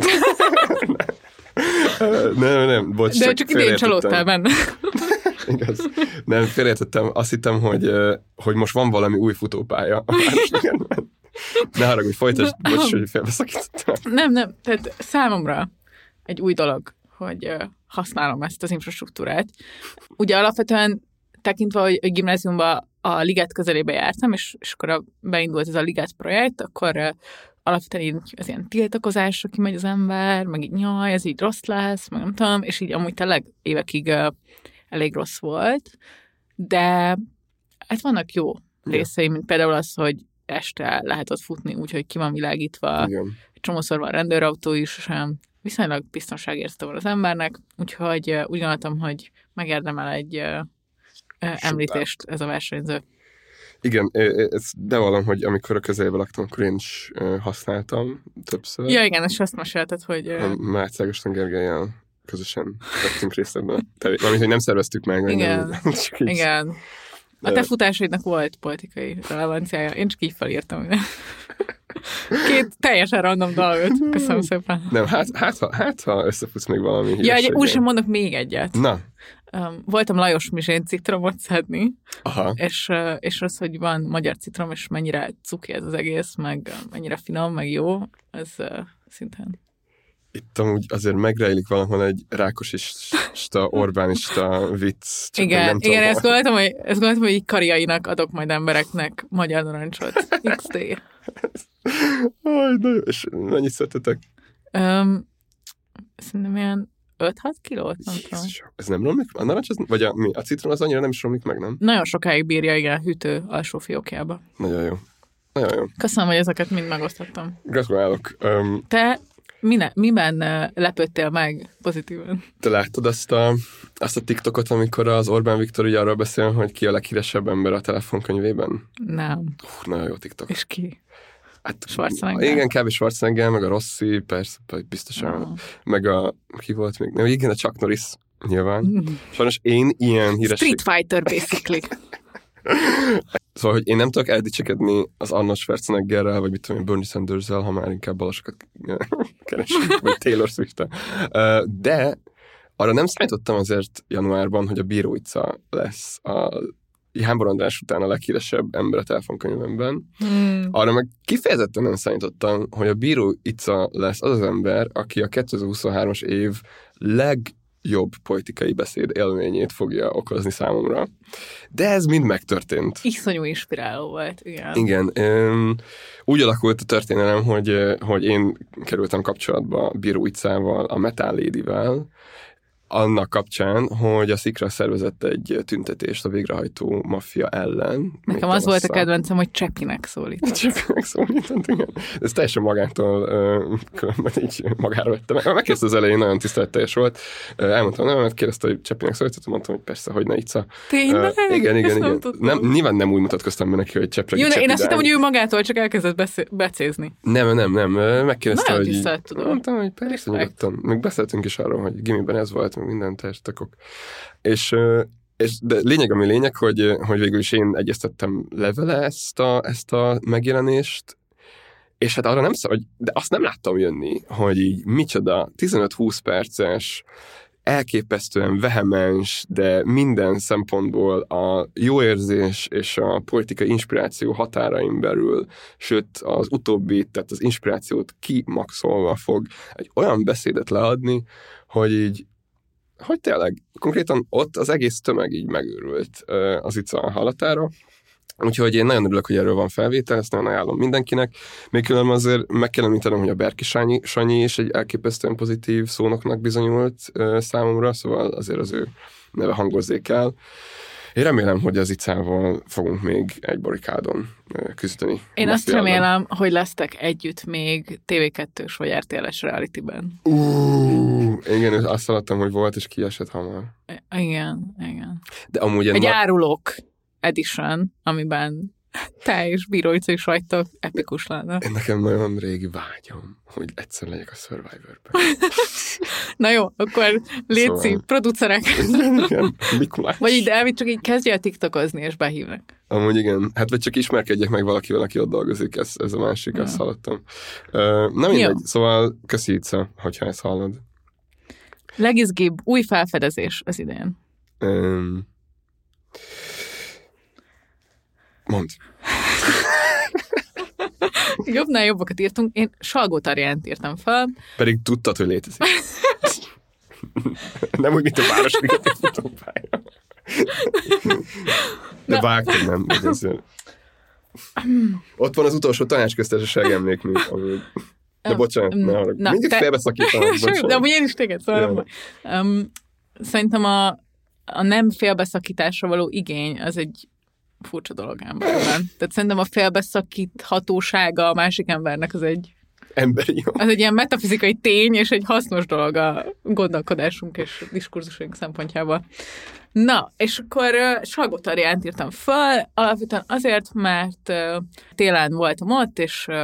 Ö, nem, nem, nem, bocs, De csak idén félreértettem. csalódtál benne. Igaz. Nem, félreértettem. Azt hittem, hogy, ö, hogy most van valami új futópálya a Városligetben. Ne haragudj, folytasd, bocs, hogy félbeszakítottam. Nem, nem, tehát számomra egy új dolog, hogy ö, használom ezt az infrastruktúrát. Ugye alapvetően tekintve, hogy, hogy gimnáziumban a Liget közelébe jártam, és, és akkor a, beindult ez a Liget projekt, akkor ö, alapvetően így, az ilyen tiltakozásra kimegy az ember, meg így nyaj, ez így rossz lesz, meg nem tudom, és így amúgy tényleg évekig ö, elég rossz volt, de hát vannak jó részei, mint például az, hogy este lehet ott futni, úgyhogy ki van világítva, Igen. egy csomószor van rendőrautó is, és olyan viszonylag biztonságérzete van az embernek, úgyhogy uh, úgy gondoltam, hogy megérdemel egy uh, uh, említést ez a versenyző. Igen, ö, ö, ez bevallom, hogy amikor a közelében laktam, akkor én is ö, használtam többször. Ja, igen, és azt mesélted, hogy... Uh, Mácz Ágoston Gergellyel közösen vettünk részt ebben a tevé- Valamint, hogy nem szerveztük meg. Igen. Nem, csak így. igen. A te futásaidnak volt politikai relevanciája. Én csak így felírtam. Két teljesen random dolgot. Köszönöm szépen. Nem, hát, hát, ha, hát, ha összefutsz még valami Ja, egy, hírességgel. úgy sem mondok még egyet. Na, Um, voltam Lajos Mizsén citromot szedni, aha. és, uh, és az, hogy van magyar citrom, és mennyire cuki ez az egész, meg uh, mennyire finom, meg jó, ez uh, szintén. Itt amúgy azért megrejlik valahol egy rákosista, Orbánista vicc. Csak még Igen, nem tudom, igen, ezt hol. gondoltam, hogy, ezt gondoltam, hogy így Kariainak adok majd embereknek magyar narancsot. iksz dé. Aj, de jó. És mennyit szedtetek? Um, szerintem ilyen öt-hat kilót, nem tudom. Jézus, ez nem romlik? A narancs, az, vagy a, mi, a citrom az annyira nem is romlik meg, nem? Nagyon sokáig bírja, igen, hűtő alsó fiókjába. Nagyon jó. Nagyon jó. Köszönöm, hogy ezeket mind megosztottam. Gratulálok. Um, Te mine, miben uh, lepődtél meg pozitívan? te láttad azt a, azt a TikTokot, amikor az Orbán Viktor ugye arról beszél, hogy ki a leghíresebb ember a telefonkönyvében? Nem. Hú, nagyon jó TikTok. És ki? Hát, Schwarzenegger? Igen, kb. Schwarzenegger, meg a Rossi, persze, biztosan. Ah. Meg a, ki volt még? Nem, igen, a Chuck Norris, nyilván. Mm. Sajnos én ilyen híresség... Street Fighter, basically. Szóval, hogy én nem tudok eldicsekedni az Arnold Schwarzeneggerrel, vagy mit tudom én, Bernie Sandersrel, ha már inkább balasokat keresünk, vagy Taylor Swift-tel. De arra nem számítottam azért januárban, hogy a Bíró utca lesz a Jámbor András után a leghíresebb ember a telefonkönyvemben. Mm. Arra meg kifejezetten nem számítottam, hogy a Bíró Ica lesz az az ember, aki a kétezer-huszonhármas év legjobb politikai beszéd élményét fogja okozni számomra. De ez mind megtörtént. Iszonyú inspiráló volt, igen. Igen. Um, úgy alakult a történelem, hogy, hogy én kerültem kapcsolatba Bíró Icával, a Metal Ladyvel, annak kapcsán, hogy a Szikra szervezett egy tüntetést a végrehajtó maffia ellen. Nekem az volt a kedvencem, hogy Csepinek szólított. Csepinek szólított, igen. Ez teljesen magától uh, különben így magára vettem. Megkérdezte az elején, nagyon tiszteletteljes volt. Uh, elmondtam, nem, mert kérdezte, hogy Csepinek szólított, mondtam, hogy persze, hogy ne Ica. Tényleg? Uh, igen, igen, Ezt nem igen. tudtam. Nem, nyilván nem úgy mutatkoztam be neki, hogy Csepregi Jó, Csepi, én azt de- hittem, hogy ő magától csak elkezdett beszé- becézni. Nem, nem, nem. Megkérdezte, Nagyon hogy... így- tisztelettudó. Mondtam, hogy persze, Respekt. nyugodtan. Még beszéltünk is arról, hogy gimiben ez volt, meg minden testakok. És, és de lényeg, ami lényeg, hogy, hogy végül is én egyeztettem le vele ezt a, ezt a megjelenést, és hát arra nem szó, hogy, de azt nem láttam jönni, hogy így micsoda tizenöt-húsz perces, elképesztően vehemens, de minden szempontból a jó érzés és a politikai inspiráció határain belül, sőt az utóbbi, tehát az inspirációt kimaxolva fog egy olyan beszédet leadni, hogy így, hogy tényleg, konkrétan ott az egész tömeg így megőrült az Ica hallatára. Úgyhogy én nagyon örülök, hogy erről van felvétel, ezt nagyon ajánlom mindenkinek. Még különben azért meg kell említenem, hogy a Berki Sanyi, Sanyi is egy elképesztően pozitív szónoknak bizonyult uh, számomra, szóval azért az ő neve hangozzék el. Én remélem, hogy az Icával fogunk még egy barikádon uh, küzdeni. Én azt Mafiában. remélem, hogy lesztek együtt még té vé kettős vagy er té el-es realityben. Uh, igen, azt hallottam, hogy volt, és kiesett hamar. Igen, igen. De amúgy Egy ma- árulók edition, amiben te és bíróica is vagytok, epikus lenne. Én nekem nagyon régi vágyam, hogy egyszer legyek a Survivor-ben. Na jó, akkor létszik, szóval... producerek. Igen, Mikulás. Vagy így, Dávid, csak így kezdje el tiktokozni, és behívnak. Amúgy igen, hát vagy csak ismerkedjek meg valakivel, aki ott dolgozik, ez, ez a másik, ja. Azt hallottam. Uh, na mindegy, szóval köszi Ica, hogyha ezt hallod. Legizgibb új felfedezés az idején. Um, mondd. Jobbnál jobbakat írtunk. Én Salgótarjánt írtam fel. Pedig tudtad, hogy létezik. Nem úgy, mint a Városligeti futópálya. De vágtad, nem? Ott van az utolsó tanácsköztársaság emlékmű. Amúgy. De bocsánat, ne arra. Mindig te... félbeszakítanak, bocsánat. De amúgy én is téged, szóval ja. um, Szerintem a, a nem félbeszakításra való igény az egy furcsa dolog emberben. Tehát szerintem a félbeszakíthatósága a másik embernek az egy emberi jó. Az egy ilyen metafizikai tény, és egy hasznos dolog a gondolkodásunk és diskurzusunk szempontjából. Na, és akkor uh, Salgótarjánt írtam fel, alapvetően azért, mert uh, télen voltam ott, és uh,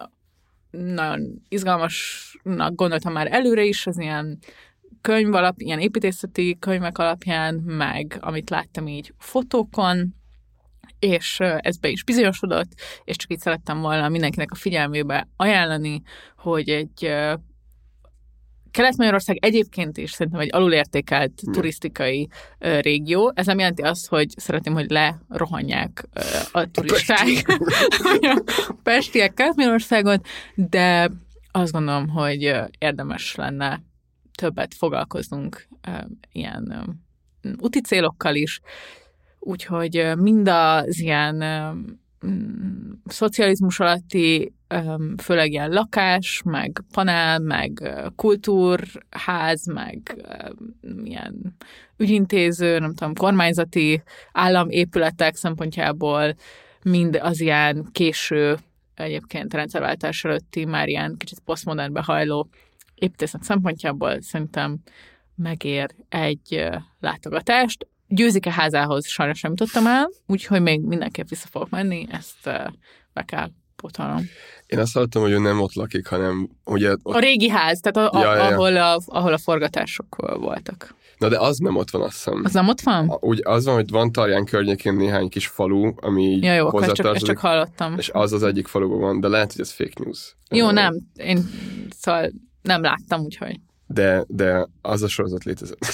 nagyon izgalmasnak gondoltam már előre is, az ilyen könyv alap, ilyen építészeti könyvek alapján, meg amit láttam így fotókon, és ez be is bizonyosodott, és csak így szerettem volna mindenkinek a figyelmébe ajánlani, hogy egy Kelet-Magyarország egyébként is szerintem egy alulértékelt turisztikai uh, régió. Ez nem jelenti azt, hogy szeretném, hogy lerohanják uh, a turisták a pestiek Kelet-Magyarországot, de azt gondolom, hogy uh, érdemes lenne többet foglalkoznunk uh, ilyen uh, úti célokkal is. Úgyhogy uh, mind az ilyen uh, um, szocializmus alatti főleg ilyen lakás, meg panel, meg kultúrház, meg ilyen ügyintéző, nem tudom, kormányzati államépületek szempontjából mind az ilyen késő, egyébként rendszerváltás előtti, már ilyen kicsit posztmodernbe hajló építészet szempontjából szerintem megér egy látogatást. Győzike házához sajnos nem jutottam el, úgyhogy még mindenképp vissza fogok menni, ezt be kell pótolnom. Én azt hallottam, hogy ő nem ott lakik, hanem ugye... Ott... A régi ház, tehát a, ja, a, ja, ja. Ahol, a, ahol a forgatások voltak. Na de az nem ott van, azt hiszem. Az nem ott van? A, úgy az van, hogy van Tarján környékén néhány kis falu, ami így ja, jó, akkor csak, csak hallottam. És az az egyik faluban van, de lehet, hogy ez fake news. Jó, nem. Én szóval nem láttam, úgyhogy. De, de az a sorozat létezett.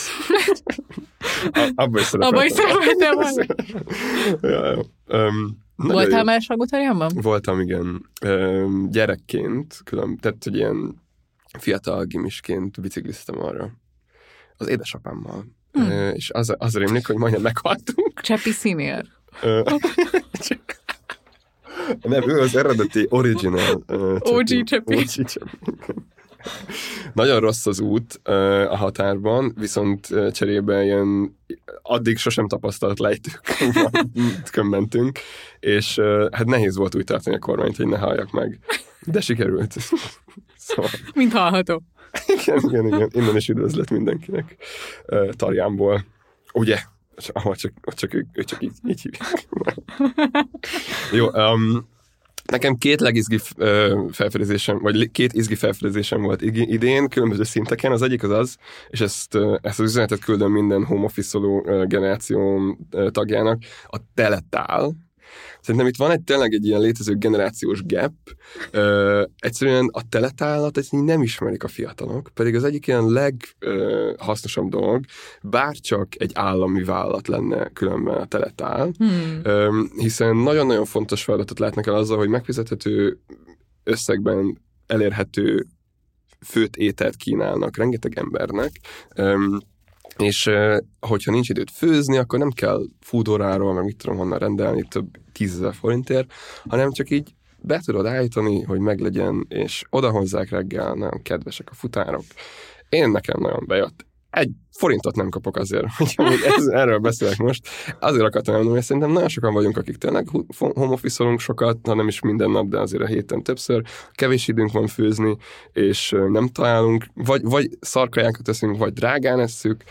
Abba is szerepeltem. Abba is szerepeltem volna. ja, ja. Um, Voltál már Salgótarjánban? Voltam, igen. Um, gyerekként, külön, tehát, hogy ilyen fiatal gimisként bicikliztem arra. Az édesapámmal. Hmm. Uh, és az, az rémlik, hogy majdnem meghaltunk. Csepi színér. Nem, ő az eredeti original. Uh, o gé Csepi. o gé Csepi. Nagyon rossz az út uh, a határban, viszont uh, cserébe ilyen addig sosem tapasztalt lejtőkön mentünk, és uh, hát nehéz volt úgy tartani a kormányt, hogy ne halljak meg. De sikerült. Szóval... Mint hallható. igen, igen, igen. Innen is üdvözlet mindenkinek uh, Tarjánból. Ugye? Ahol csak, csak ő, ő csak így, így hívják. Jó, um, nekem két legizgi felfedezésem, vagy két izgi felfedezésem volt idén, különböző szinteken. Az egyik az az, és ezt, ezt az üzenetet küldöm minden home office-oló generáció tagjának, a teletál. Szerintem itt van egy tényleg egy ilyen létező generációs gap. Ö, egyszerűen a teletálat ezt nem ismerik a fiatalok, pedig az egyik ilyen leghasznosabb dolog, bárcsak egy állami vállalat lenne különben a teletál, hmm. ö, hiszen nagyon-nagyon fontos feladatot látnak el azzal, hogy megfizethető összegben elérhető főtt ételt kínálnak rengeteg embernek, ö, és hogyha nincs időt főzni, akkor nem kell foodóráról, meg mit tudom honnan rendelni több tízezer forintért, hanem csak így be tudod állítani, hogy meglegyen, és odahozzák reggel, nagyon kedvesek a futárok. Én nekem nagyon bejött. Egy forintot nem kapok azért, hogy ez, erről beszélek most. Azért akartam elmondani, hogy szerintem nagyon sokan vagyunk, akik tényleg home office-olunk sokat, ha nem is minden nap, de azért a héten többször. Kevés időnk van főzni, és nem találunk, vagy, vagy szarkajákat teszünk, vagy drágán esszük,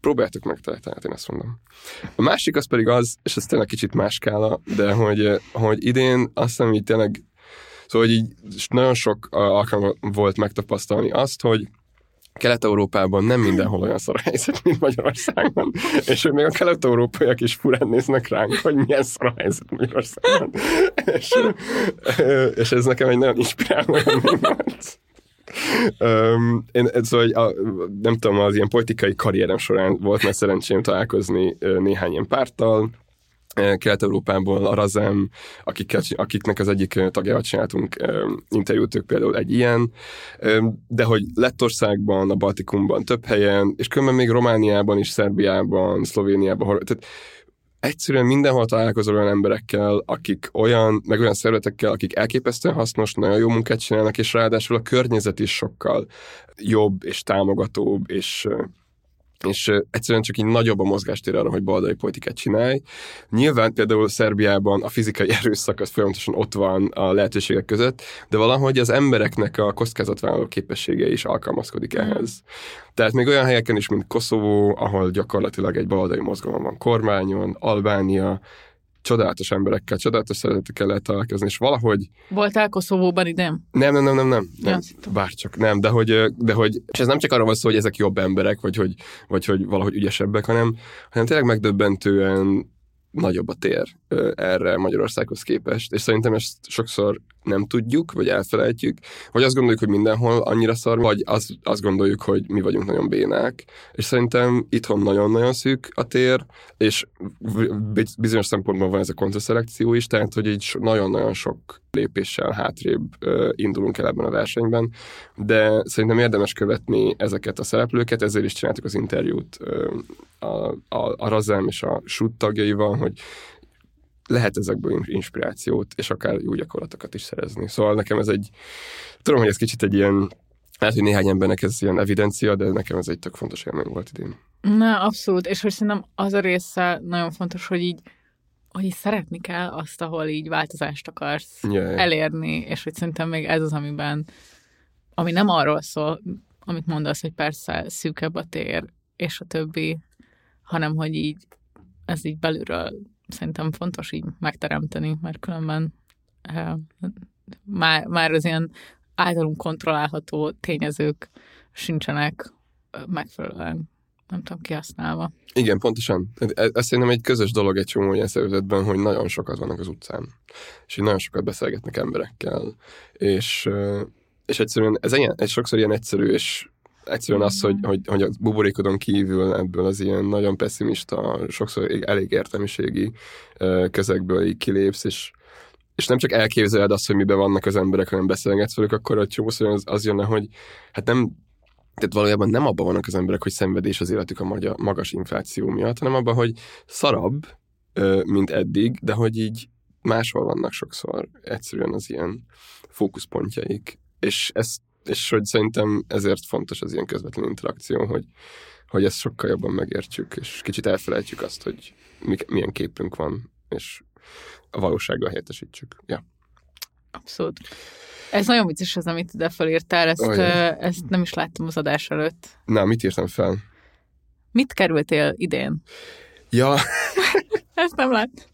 próbáljátok meg, tehát én ezt mondom. A másik az pedig az, és ez tényleg kicsit más skála, de hogy, hogy idén azt hiszem, hogy tényleg, szóval hogy így nagyon sok alkalom volt megtapasztalni azt, hogy Kelet-Európában nem mindenhol olyan szar a helyzet, mint Magyarországon, és hogy még a kelet-európaiak is furán néznek ránk, hogy milyen szar a helyzet Magyarországon. és, és ez nekem egy nagyon inspiráló élmény volt. Um, én, szóval, a, nem tudom, az ilyen politikai karrierem során volt már szerencsém találkozni néhány ilyen párttal, Kelet-Európából, a Razem, akikkel, akiknek az egyik tagjával csináltunk interjút, ők például egy ilyen, de hogy Lettországban, a Baltikumban több helyen, és különben még Romániában is, Szerbiában, Szlovéniában, tehát egyszerűen mindenhol találkozol olyan emberekkel, akik olyan, meg olyan szervezetekkel, akik elképesztően hasznos, nagyon jó munkát csinálnak, és ráadásul a környezet is sokkal jobb, és támogatóbb, és és egyszerűen csak így nagyobb a mozgástér arra, hogy baloldali politikát csinálj. Nyilván például Szerbiában a fizikai erőszak az folyamatosan ott van a lehetőségek között, de valahogy az embereknek a kockázatvállaló képessége is alkalmazkodik ehhez. Tehát még olyan helyeken is, mint Koszovó, ahol gyakorlatilag egy baloldali mozgalom van kormányon, Albánia, csodálatos emberekkel, csodálatos szeretetekkel lehet találkozni, és valahogy... Voltál Koszovóban idén? Nem, nem, nem, nem, nem. nem. Ja, Bárcsak, nem, de hogy, de hogy, és ez nem csak arra van szó, hogy ezek jobb emberek, vagy hogy, vagy hogy valahogy ügyesebbek, hanem, hanem tényleg megdöbbentően nagyobb a tér erre Magyarországhoz képest, és szerintem ezt sokszor nem tudjuk, vagy elfelejtjük, vagy azt gondoljuk, hogy mindenhol annyira szar, vagy az, azt gondoljuk, hogy mi vagyunk nagyon bénák, és szerintem itthon nagyon-nagyon szűk a tér, és bizonyos szempontból van ez a kontraszelekció is, tehát, hogy így nagyon-nagyon sok lépéssel hátrébb uh, indulunk el ebben a versenyben, de szerintem érdemes követni ezeket a szereplőket, ezért is csináltuk az interjút uh, a, a, a Razem és a Sud tagjaival, hogy lehet ezekből inspirációt, és akár jó gyakorlatokat is szerezni. Szóval nekem ez egy, tudom, hogy ez kicsit egy ilyen, lehet, hogy néhány embernek ez ilyen evidencia, de nekem ez egy tök fontos élmény volt idén. Na, abszolút, és hogy szerintem az a része nagyon fontos, hogy így, hogy így szeretni kell azt, ahol így változást akarsz yeah, yeah. elérni, és hogy szerintem még ez az, amiben, ami nem arról szól, amit mondasz, hogy persze szűkebb a tér, és a többi, hanem hogy így, ez így belülről szerintem fontos így megteremteni, mert különben eh, már, már az ilyen általunk kontrollálható tényezők sincsenek megfelelően, nem tudom, kihasználva. Igen, pontosan. Ez, ez szerintem egy közös dolog egy csomó ilyen szervezetben, hogy nagyon sokat vannak az utcán, és így nagyon sokat beszélgetnek emberekkel, és, és egyszerűen ez, ilyen, ez sokszor ilyen egyszerű, és egyszerűen az, hogy, hogy, hogy a buborékodon kívül ebből az ilyen nagyon pessimista, sokszor elég értelmiségi közegből így kilépsz, és, és nem csak elképzeled azt, hogy miben vannak az emberek, hanem beszélgetsz velük, akkor a csomószor az, az jönne, hogy hát nem, tehát valójában nem abban vannak az emberek, hogy szenvedés az életük a magas infláció miatt, hanem abban, hogy szarabb, mint eddig, de hogy így máshol vannak sokszor egyszerűen az ilyen fókuszpontjaik. És ezt és hogy szerintem ezért fontos az ilyen közvetlen interakció, hogy, hogy ezt sokkal jobban megértsük, és kicsit elfelejtjük azt, hogy mi, milyen képünk van, és a valósággal helyettesítsük. Ja. Abszolút. Ez nagyon vicces az, amit ide felírtál, ezt, oh, yeah. ezt nem is láttam az adás előtt. Na, mit írtam fel? Mit kerültél idén? Ja. Ezt nem lát.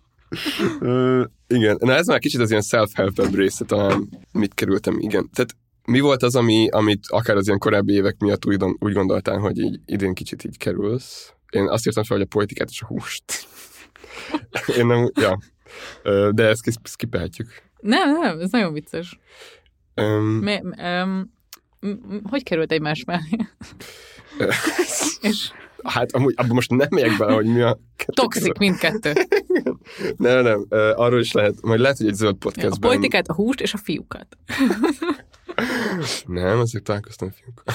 uh, igen, na ez már kicsit az ilyen self-help része, talán mit kerültem, igen. Tehát mi volt az, ami, amit akár az ilyen korábbi évek miatt úgy, úgy gondoltál, hogy így idén kicsit így kerülsz? Én azt írtam fel, hogy a politikát és a húst. Én nem, ja. De ezt skipelhetjük. Nem, nem, ez nagyon vicces. Um, Mi, um, hogy került egymás mellé? és... Hát amúgy, abban most nem megyek bele, hogy mi a... Toxik mindkettő. nem, nem, arról is lehet, majd lehet, hogy egy zöld podcastben... A politikát, a húst és a fiúkat. Nem, azért találkoztam fiúkat.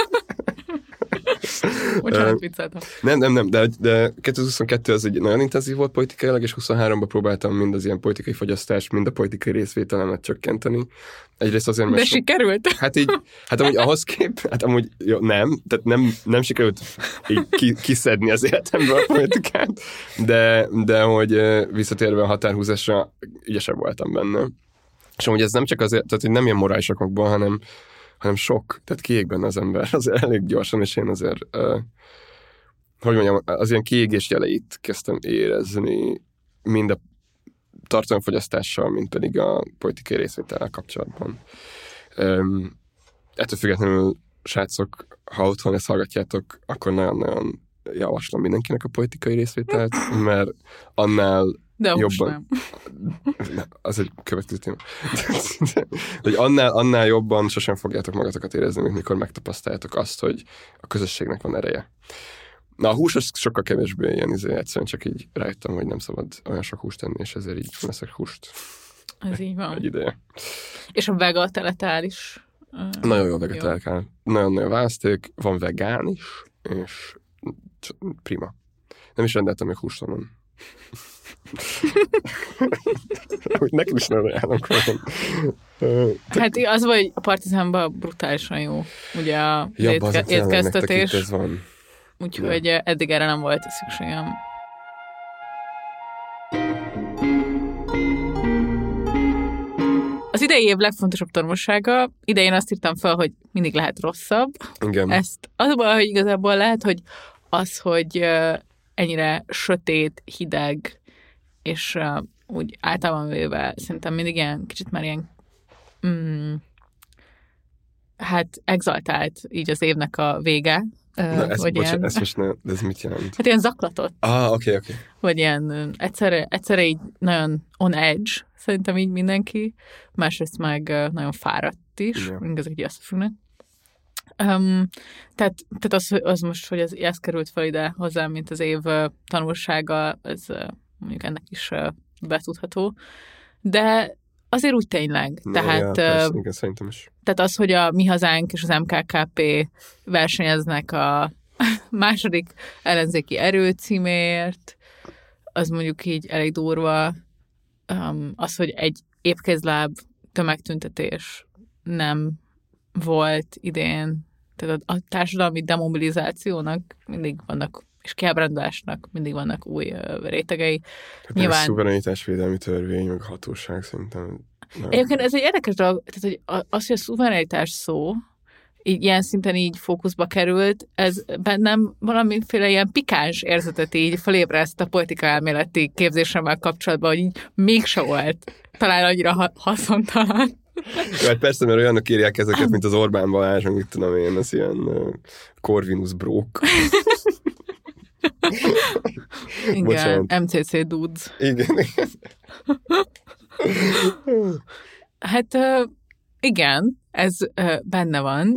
Bocsánat, vicceltem. Nem, nem, nem, de, de kétezer-huszonkettő az egy nagyon intenzív volt politikailag, és huszonháromban próbáltam mind az ilyen politikai fogyasztást, mind a politikai részvételemet csökkenteni. Egyrészt azért, mert... De so... sikerült? Hát így, hát amúgy ahhoz kép, hát amúgy jó, nem, tehát nem, nem sikerült így ki, kiszedni az életemből a politikát, de, de hogy visszatérve a határhúzásra, ügyesebb voltam benne. És amúgy ez nem csak azért, tehát hogy nem ilyen morális okokból, hanem, hanem sok, tehát kiég benne az ember, azért elég gyorsan, és én azért uh, hogy mondjam, az ilyen kiégés jeleit kezdtem érezni, mind a tartalomfogyasztással, mind pedig a politikai részvétellel kapcsolatban. Um, ettől függetlenül, srácok, ha otthon ezt hallgatjátok, akkor nagyon-nagyon javaslom mindenkinek a politikai részvételt, mert annál de jobban... Nem. Az egy következő téma. Hogy annál, annál jobban sosem fogjátok magatokat érezni, mint mikor megtapasztaljátok azt, hogy a közösségnek van ereje. Na, a hús az sokkal kevésbé ilyen, izé, egyszerűen csak így rájöttem, hogy nem szabad olyan sok húst tenni, és ezért így leszek húst. Ez így van. Egy ideje. És a vegetális is? Nagyon jó vegetális. Nagyon-nagyon választék, van vegán is, és prima. Nem is rendeltem még hústalon. Úgy neked is nagyon ajánlok. Hát az vagy a Partizánban brutálisan jó. Ugye a ja, étke- étkeztetés. Ez van. Úgyhogy ja. eddig erre nem volt szükségem. Az idei év legfontosabb tanulsága, idején azt írtam fel, hogy mindig lehet rosszabb. Igen. Ezt azban, hogy igazából lehet, hogy az, hogy ennyire sötét, hideg, és úgy általában véve szerintem mindig ilyen, kicsit már ilyen mm, hát exaltált így az évnek a vége. Na, ez, vagy bocsánat, ilyen, ez most ne, de ez mit jelent? Hát ilyen zaklatott. Ah, oké, okay, oké. Okay. Vagy ilyen egyszerre, egyszerre így nagyon on edge, szerintem így mindenki, másrészt meg nagyon fáradt is, yeah. Ezek így összefüggnek. Um, tehát, tehát az, az most, hogy ez, ez került fel ide hozzám, mint az év tanulsága, ez mondjuk ennek is betudható. De azért úgy tényleg. Na, tehát, ja, persze, igen, szerintem is. Tehát az, hogy a Mi Hazánk és az em ká ká pé versenyeznek a második ellenzéki erő címéért, az mondjuk így elég durva. Um, az, hogy egy épkézláb tömegtüntetés nem volt idén, tehát a, a társadalmi demobilizációnak mindig vannak, és kiábrándulásnak mindig vannak új uh, rétegei. Hát nyilván... a szuverenitásvédelmi törvény, meg a hatóság szerintem... Nem. Egyébként ez egy érdekes dolog, tehát hogy az, hogy a szuverenitás szó így ilyen szinten így fókuszba került, ez bennem valamiféle ilyen pikáns érzetet így felébreszt a politika elméleti képzésemmel kapcsolatban, hogy így mégse volt talán annyira ha- haszontalan. Hát persze, mert olyanok írják ezeket, mint az Orbán Balázs, mit tudom én, az ilyen uh, Corvinus Brók. Igen, bocsánat. em cé cé dudes. Igen, igen. Hát uh, igen, ez uh, benne van.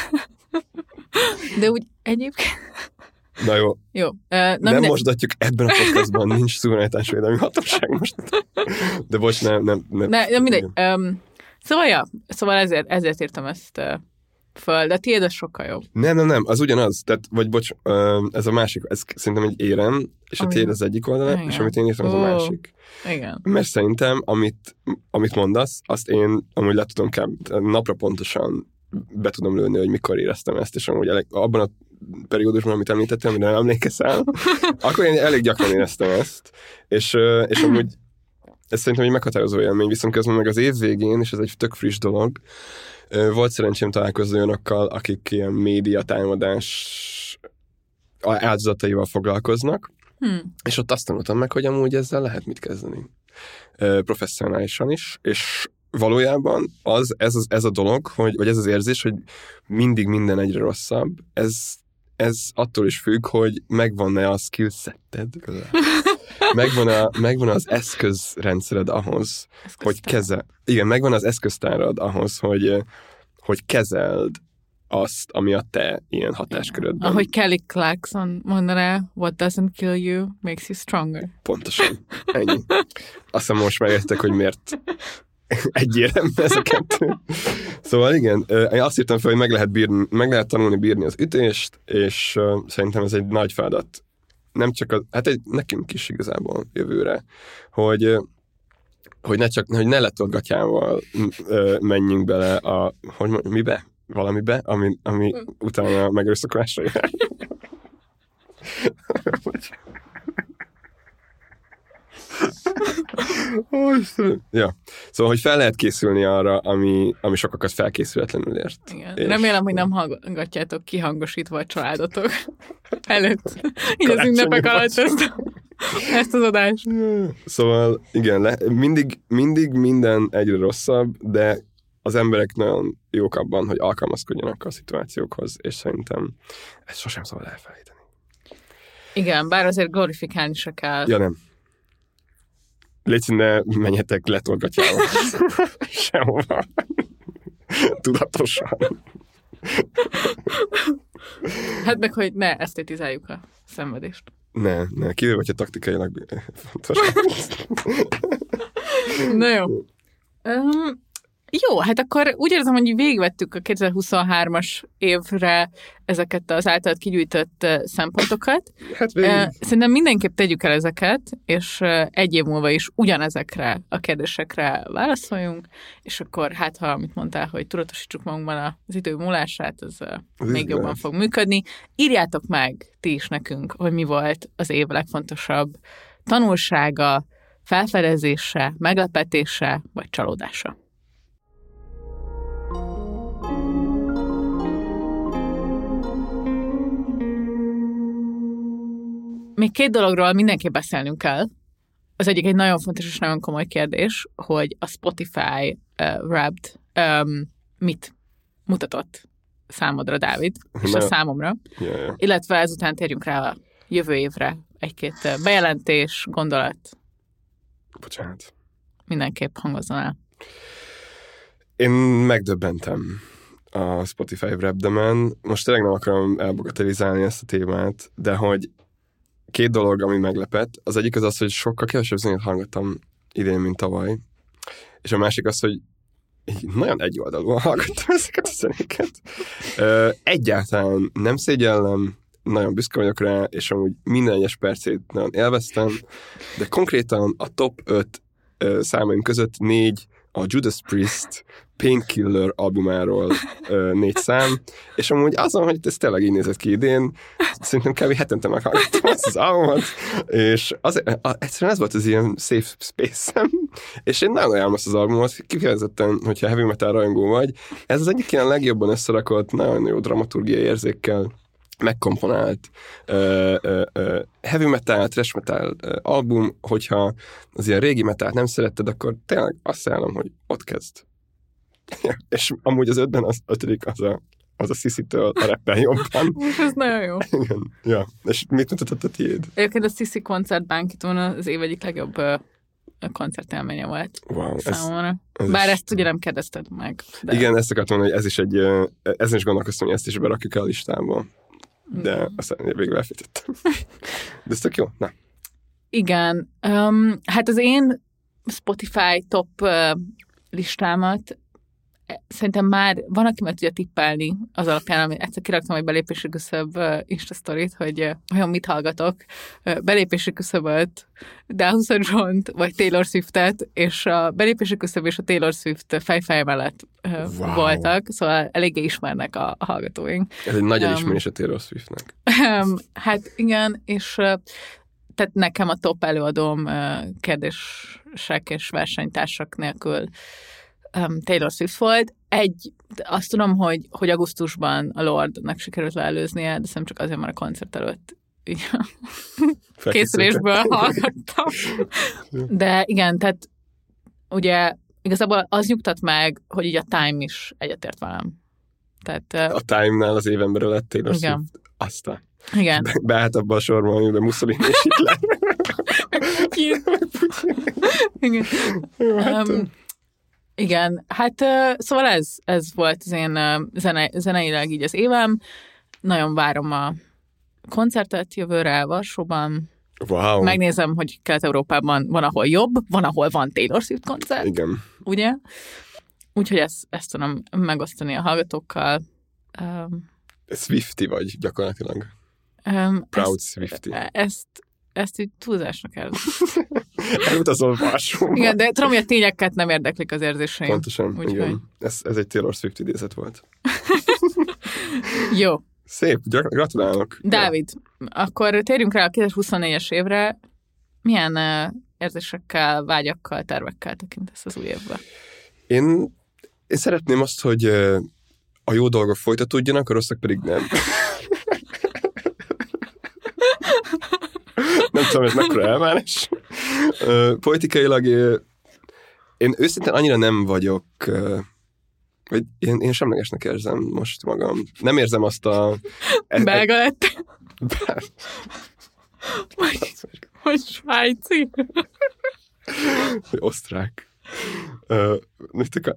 De úgy egyébként... Na jó. Jó. Uh, na nem minden... mosdatjuk ebben a podcastban, nincs szuverenitásvédelmi hatóság most. De bocs, nem, nem. nem. Ne, nem mindegy. Um, szóval, ja, szóval ezért, ezért írtam ezt uh, föl, de tiéd az sokkal jobb. Nem, nem, nem, az ugyanaz. Tehát, vagy bocs, uh, ez a másik, ez szerintem egy érem, és a tiéd az egyik oldala, igen. És amit én írtam, az oh. a másik. Igen. Mert szerintem, amit, amit mondasz, azt én amúgy le tudom kell, napra pontosan be tudom lőni, hogy mikor éreztem ezt, és amúgy elég, abban a periódusban, amit említettem, amire nem emlékszel, akkor én elég gyakran éreztem ezt, és, és amúgy ez szerintem egy meghatározó élmény, viszont közben meg az év végén, és ez egy tök friss dolog, volt szerencsém találkozni olyanokkal, akik ilyen médiatámadás áldozataival foglalkoznak, hmm. és ott azt tanultam meg, hogy amúgy ezzel lehet mit kezdeni. Professzionálisan is, és valójában az, ez, az, ez a dolog, hogy, vagy ez az érzés, hogy mindig minden egyre rosszabb, ez, ez attól is függ, hogy megvan-e a skillsetted, megvan, a, megvan az eszközrendszered ahhoz, hogy kezel. Igen, megvan az eszköztárad ahhoz, hogy, hogy kezeld azt, ami a te ilyen hatáskörödben. Ahogy Kelly Clarkson mondaná, what doesn't kill you makes you stronger. Pontosan. Ennyi. Azt hiszem, most megértek, hogy miért egyértelmű ez a kettő. Szóval igen, én azt írtam fel, hogy meg lehet, bírni, meg lehet tanulni bírni az ütést, és uh, szerintem ez egy nagy feladat. Nem csak az, hát egy, nekünk is igazából jövőre, hogy, hogy ne csak, hogy ne letolt gatyával uh, menjünk bele a, hogy mondjam, mibe? Valamibe, ami, ami utána megerőszakolásra jár. Ó, Istenem. Ja. Szóval, hogy fel lehet készülni arra, ami, ami sokakat felkészületlenül ért. Igen. És... Remélem, hogy nem hallgatjátok kihangosítva a családotok előtt. Így az ünnepek alatt ezt, ezt az adást. Szóval igen, le, mindig, mindig minden egyre rosszabb, de az emberek nagyon jók abban, hogy alkalmazkodjanak a szituációkhoz, és szerintem ezt sosem szabad elfelejteni. Igen, bár azért glorifikálni se kell. Ja, nem. Légy ne menjetek letolgatjával. Sehova. Tudatosan. Hát meg, hogy ne esztétizáljuk a szenvedést. Ne, ne, kivéve, hogyha taktikailag fontos. Na jó. Um, jó, hát akkor úgy érzem, hogy végigvettük a kétezer-huszonhármas évre ezeket az általad kigyűjtött szempontokat. Hát végig. Szerintem mindenképp tegyük el ezeket, és egy év múlva is ugyanezekre a kérdésekre válaszoljunk, és akkor hát, ha amit mondtál, hogy tudatosítsuk magunkban az idő múlását, az, az még jobban lehet. Fog működni. Írjátok meg ti is nekünk, hogy mi volt az év legfontosabb tanulsága, felfedezése, meglepetése, vagy csalódása. Még két dologról mindenképp beszélnünk kell. Az egyik egy nagyon fontos és nagyon komoly kérdés, hogy a Spotify uh, Wrapped um, mit mutatott számodra, Dávid, és a számomra. Yeah, yeah. Illetve ezután térjünk rá a jövő évre egy-két bejelentés, gondolat. Bocsánat. Mindenképp hangozzon el. Én megdöbbentem a Spotify Wrapped-en. Most tényleg nem akarom elbogatelizálni ezt a témát, de hogy két dolog, ami meglepett. Az egyik az az, hogy sokkal kevesebb zenét hallgattam idén, mint tavaly. És a másik az, hogy nagyon egyoldalúan hallgattam ezeket a zenéket. Egyáltalán nem szégyellem, nagyon büszke vagyok rá, és amúgy minden egyes percét nagyon élveztem, de konkrétan a top öt számaim között négy a Judas Priest Painkiller albumáról ö, négy szám, és amúgy azon, hogy ez tényleg így nézett ki idén, szerintem kb. Hetente meghallgattam azt az albumot, és az, a, egyszerűen ez volt az ilyen safe space-em, és én nagyon ajánlom azt az albumot, kifejezetten, hogyha heavy metal rajongó vagy, ez az egyik ilyen legjobban összerakott, nagyon jó dramaturgiai érzékkel megkomponált uh, uh, uh, heavy metal, thrash metal uh, album, hogyha az ilyen régi metalt nem szeretted, akkor tényleg azt ajánlom, hogy ott kezd. És amúgy az ötben az ötödik az a, az a Sissy-től a rappen jobban. Ez nagyon jó. Igen. Ja. És mit mutatott a tiéd? Egyébként a Sissy koncert Bánkitón az év egyik legjobb uh, koncertélménye volt. Wow, számomra. Ez, ez Bár is... ezt ugye nem kérdezted meg. De... Igen, ezt akartam mondani, hogy ez is egy, ezen is gondolkoztam, hogy ezt is berakjuk el a listába. De aztán végül elfejtettem. De ez tök jó? Na. Igen. Um, hát az én Spotify top uh, listámat szerintem már van, aki meg tudja tippelni az alapján, amit egyszer kiraktam egy belépési küszöb uh, Insta sztorit, hogy uh, olyan mit hallgatok. Uh, belépési küszöböt, Dawson John-t, vagy Taylor Swiftet, és a belépési küszöb és a Taylor Swift fejfej mellett uh, wow. voltak, szóval eléggé ismernek a, a hallgatóink. Ez egy nagy elismerés um, a Taylor Swiftnek. Um, hát igen, és uh, tehát nekem a top előadóm uh, kérdések és versenytársak nélkül um, Taylor Swift volt. Egy, azt tudom, hogy, hogy augusztusban a Lordnak sikerült leelőznie, de nem csak azért, mert a koncert előtt így készülésből hallgattam. De igen, tehát ugye igazából az nyugtat meg, hogy így a Time is egyetért velem. Tehát, a Time-nál az évemberre lett Taylor igen. Swift. Aztán. Igen. Be, beállt abba a sorban, amiben Mussolini és Hitler. Putyin. Igen. Jó, hát, um, igen, hát uh, szóval ez, ez volt az én uh, zene, zeneileg így az évem. Nagyon várom a koncertet jövőre Varsóban. Wow. Megnézem, hogy Kelet-Európában van, ahol jobb, van, ahol van Taylor Swift koncert. Igen. Ugye? Úgyhogy ezt, ezt tudom megosztani a hallgatókkal. Um, Swifty vagy gyakorlatilag. Um, Proud ezt, Swifty. Ezt, ezt így túlzásnak el. Elutazol Varsóba. Igen, de tudom, hogy a tényeket nem érdeklik az érzéseim. Pontosan, Úgyhogy... igen. Ez, ez egy Taylor Swift idézet volt. Jó. Szép, gratulálok. Dávid, ja. Akkor térjünk rá a kétezer-huszonnégyes évre. Milyen uh, érzésekkel, vágyakkal, tervekkel tekintesz az új évbe? Én, én szeretném azt, hogy a jó dolgok folytatódjanak, a rosszak pedig nem. Nem tudom, ez mekkora elvárás. Politikailag én őszintén annyira nem vagyok, vagy én, én semlegesnek érzem most magam. Nem érzem azt a... Belga lett? Vagy, vagy svájci? Vagy osztrák. Uh, mit akar...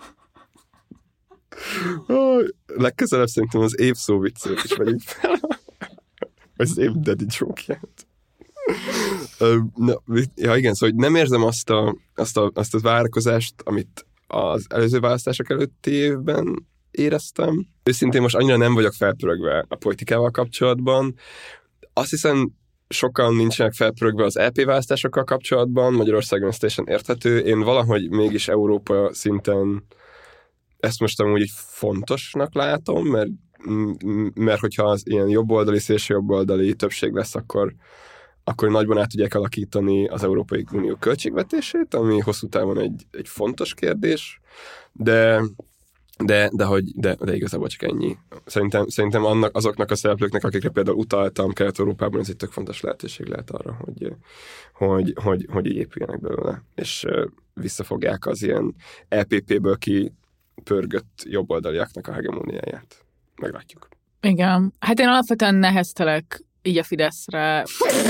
oh, legközelebb szerintem az év szóviccét is vegyük fel. Vagy az év daddy joke-ját. Uh, na, ja igen, szóval nem érzem azt a, azt a, azt a várakozást, amit az előző választások előtti évben éreztem. Őszintén most annyira nem vagyok felpörögve a politikával kapcsolatban. Azt hiszem, sokan nincsenek felpörögve az é pé választásokkal kapcsolatban, Magyarországon ez teljesen érthető. Én valahogy mégis Európa szinten ezt most amúgy így fontosnak látom, mert, mert hogyha az ilyen jobboldali, szélsőjobboldali többség lesz, akkor, akkor nagyban át tudják alakítani az Európai Unió költségvetését, ami hosszú távon egy, egy fontos kérdés, de De, de, hogy, de, de igazából csak ennyi. Szerintem, szerintem annak, azoknak a szereplőknek, akikre például utaltam Kelet-Európában, ez egy tök fontos lehetőség lehet arra, hogy, hogy, hogy, hogy így épüljenek belőle, és visszafogják az ilyen é pé pé-ből kipörgött jobboldaliaknak a hegemóniáját. Meglátjuk. Igen. Hát én alapvetően neheztelek így a Fideszre,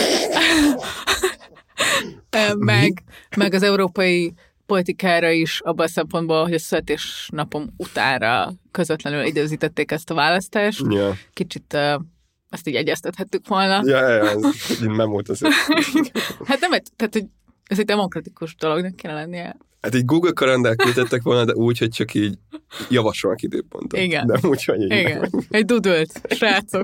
meg, meg az európai politikára is, abban a szempontból, hogy a születésnapom utánra közvetlenül időzítették ezt a választást. Yeah. Kicsit uh, ezt így egyeztethettük volna. Ja, ja, ja, ez így nem volt azért. Hát nem, tehát hogy ez egy demokratikus dolognak kéne lennie. Hát egy Google kalendert küldettek volna, de úgy, hogy csak így javasolnak időpontot. Igen. De úgy, hogy így igen. Egy dudult, srácok.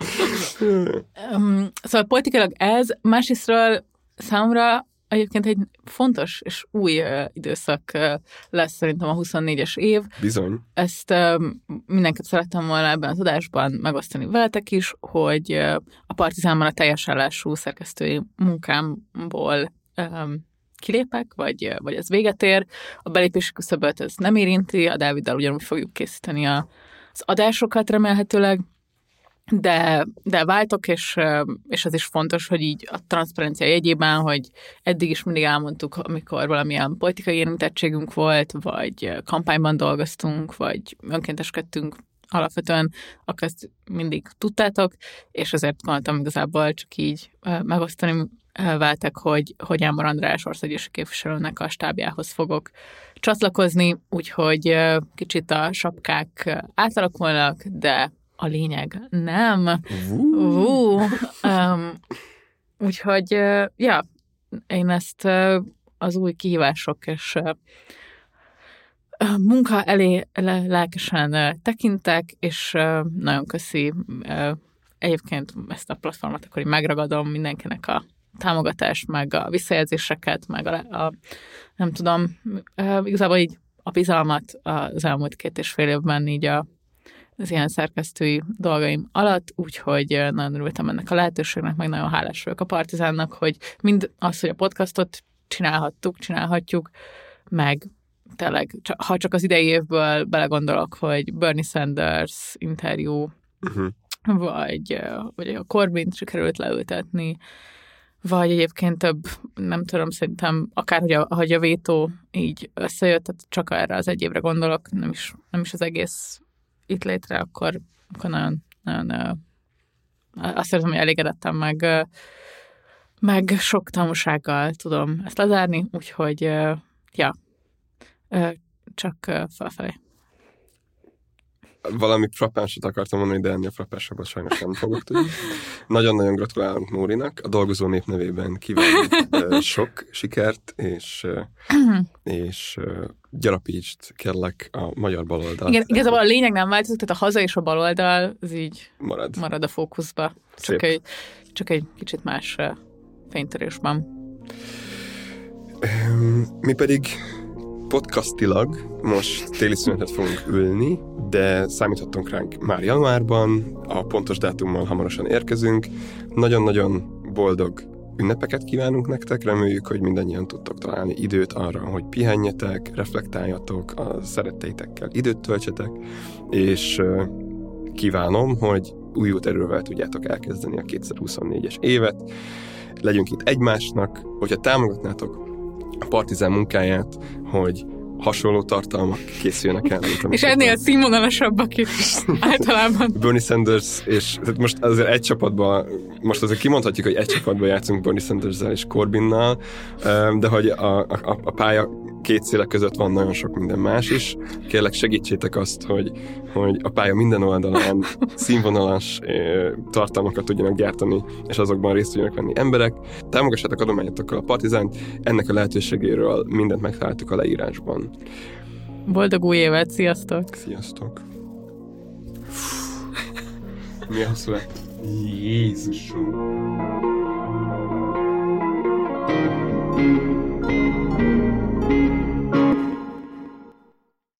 um, szóval politikailag ez, másrésztről számomra egyébként egy fontos és új uh, időszak uh, lesz szerintem a huszonnégyes év. Bizony. Ezt uh, mindenkit szerettem volna ebben az adásban megosztani veletek is, hogy uh, a Partizánban a teljes állású szerkesztői munkámból um, kilépek, vagy, uh, vagy ez véget ér. A belépési küszöböt ez nem érinti, a Dáviddal ugyanúgy fogjuk készíteni a, az adásokat remélhetőleg, De, de váltok, és, és az is fontos, hogy így a transzparencia jegyében, hogy eddig is mindig elmondtuk, amikor valamilyen politikai érintettségünk volt, vagy kampányban dolgoztunk, vagy önkénteskedtünk alapvetően, akkor ezt mindig tudtátok, és ezért gondoltam igazából csak így megosztani veletek, hogy, hogy Ámor András országgyűlési képviselőnek a stábjához fogok csatlakozni, úgyhogy kicsit a sapkák átalakulnak, de a lényeg nem. Uh. Uh, um, úgyhogy, uh, ja, én ezt uh, az új kihívások és uh, munka elé le, lelkesen uh, tekintek, és uh, nagyon köszi uh, egyébként ezt a platformot, akkor én megragadom mindenkinek a támogatást, meg a visszajelzéseket, meg a, a nem tudom, uh, igazából így a bizalmat az elmúlt két és fél évben így a az ilyen szerkesztői dolgaim alatt, úgyhogy nagyon örültem ennek a lehetőségnek, meg nagyon hálás vagyok a Partizánnak, hogy mind az, hogy a podcastot csinálhattuk, csinálhatjuk, meg tényleg, ha csak az idei évből belegondolok, hogy Bernie Sanders interjú, uh-huh. vagy, vagy a Corbyn sikerült leültetni, vagy egyébként több, nem tudom, szerintem akár, hogy a, hogy a vétó így összejött, tehát csak erre az egy évre gondolok, nem is, nem is az egész itt létre, akkor, akkor nagyon, nagyon uh, azt érzem, hogy elégedettem, meg, uh, meg sok tanulsággal tudom ezt lezárni, úgyhogy uh, ja, uh, csak uh, felfelé. Valami frappánsat akartam mondani, de ennél frappánsabbat sajnos nem fogok tudni. Nagyon-nagyon gratulálunk Nórinak, a dolgozó nép nevében kívánjuk uh, sok sikert, és, uh, és uh, gyarapítsd, kérlek, a magyar baloldal. Igen, igazából a lényeg nem változik, tehát a haza és a baloldal, az így marad, marad a fókuszba. Csak egy, csak egy kicsit más uh, fénytörésben. Mi pedig podcastilag most téli szünetet fogunk ülni, de számíthattunk ránk már januárban, a pontos dátummal hamarosan érkezünk. Nagyon-nagyon boldog ünnepeket kívánunk nektek, reméljük, hogy mindannyian tudtok találni időt arra, hogy pihenjetek, reflektáljatok, a szeretteitekkel időt töltsetek, és kívánom, hogy új erővel tudjátok elkezdeni a kétezer-huszonnégyes évet. Legyünk itt egymásnak, hogyha támogatnátok a Partizán munkáját, hogy hasonló tartalmak készülnek el. És ennél színvonalasabbak is általában. Bernie Sanders, és most azért egy csapatban, most azért kimondhatjuk, hogy egy csapatban játszunk Bernie Sanders-zel és Corbynnal, de hogy a, a, a pálya két széle között van nagyon sok minden más is. Kérlek, segítsétek azt, hogy, hogy a pálya minden oldalán színvonalas tartalmakat tudjanak gyártani, és azokban részt tudjanak venni emberek. Támogassátok adományokkal a Partizánt, ennek a lehetőségéről mindent megtaláltuk a leírásban. Boldog új évet, sziasztok! Sziasztok! Mi a hosszú lett? Jézusom!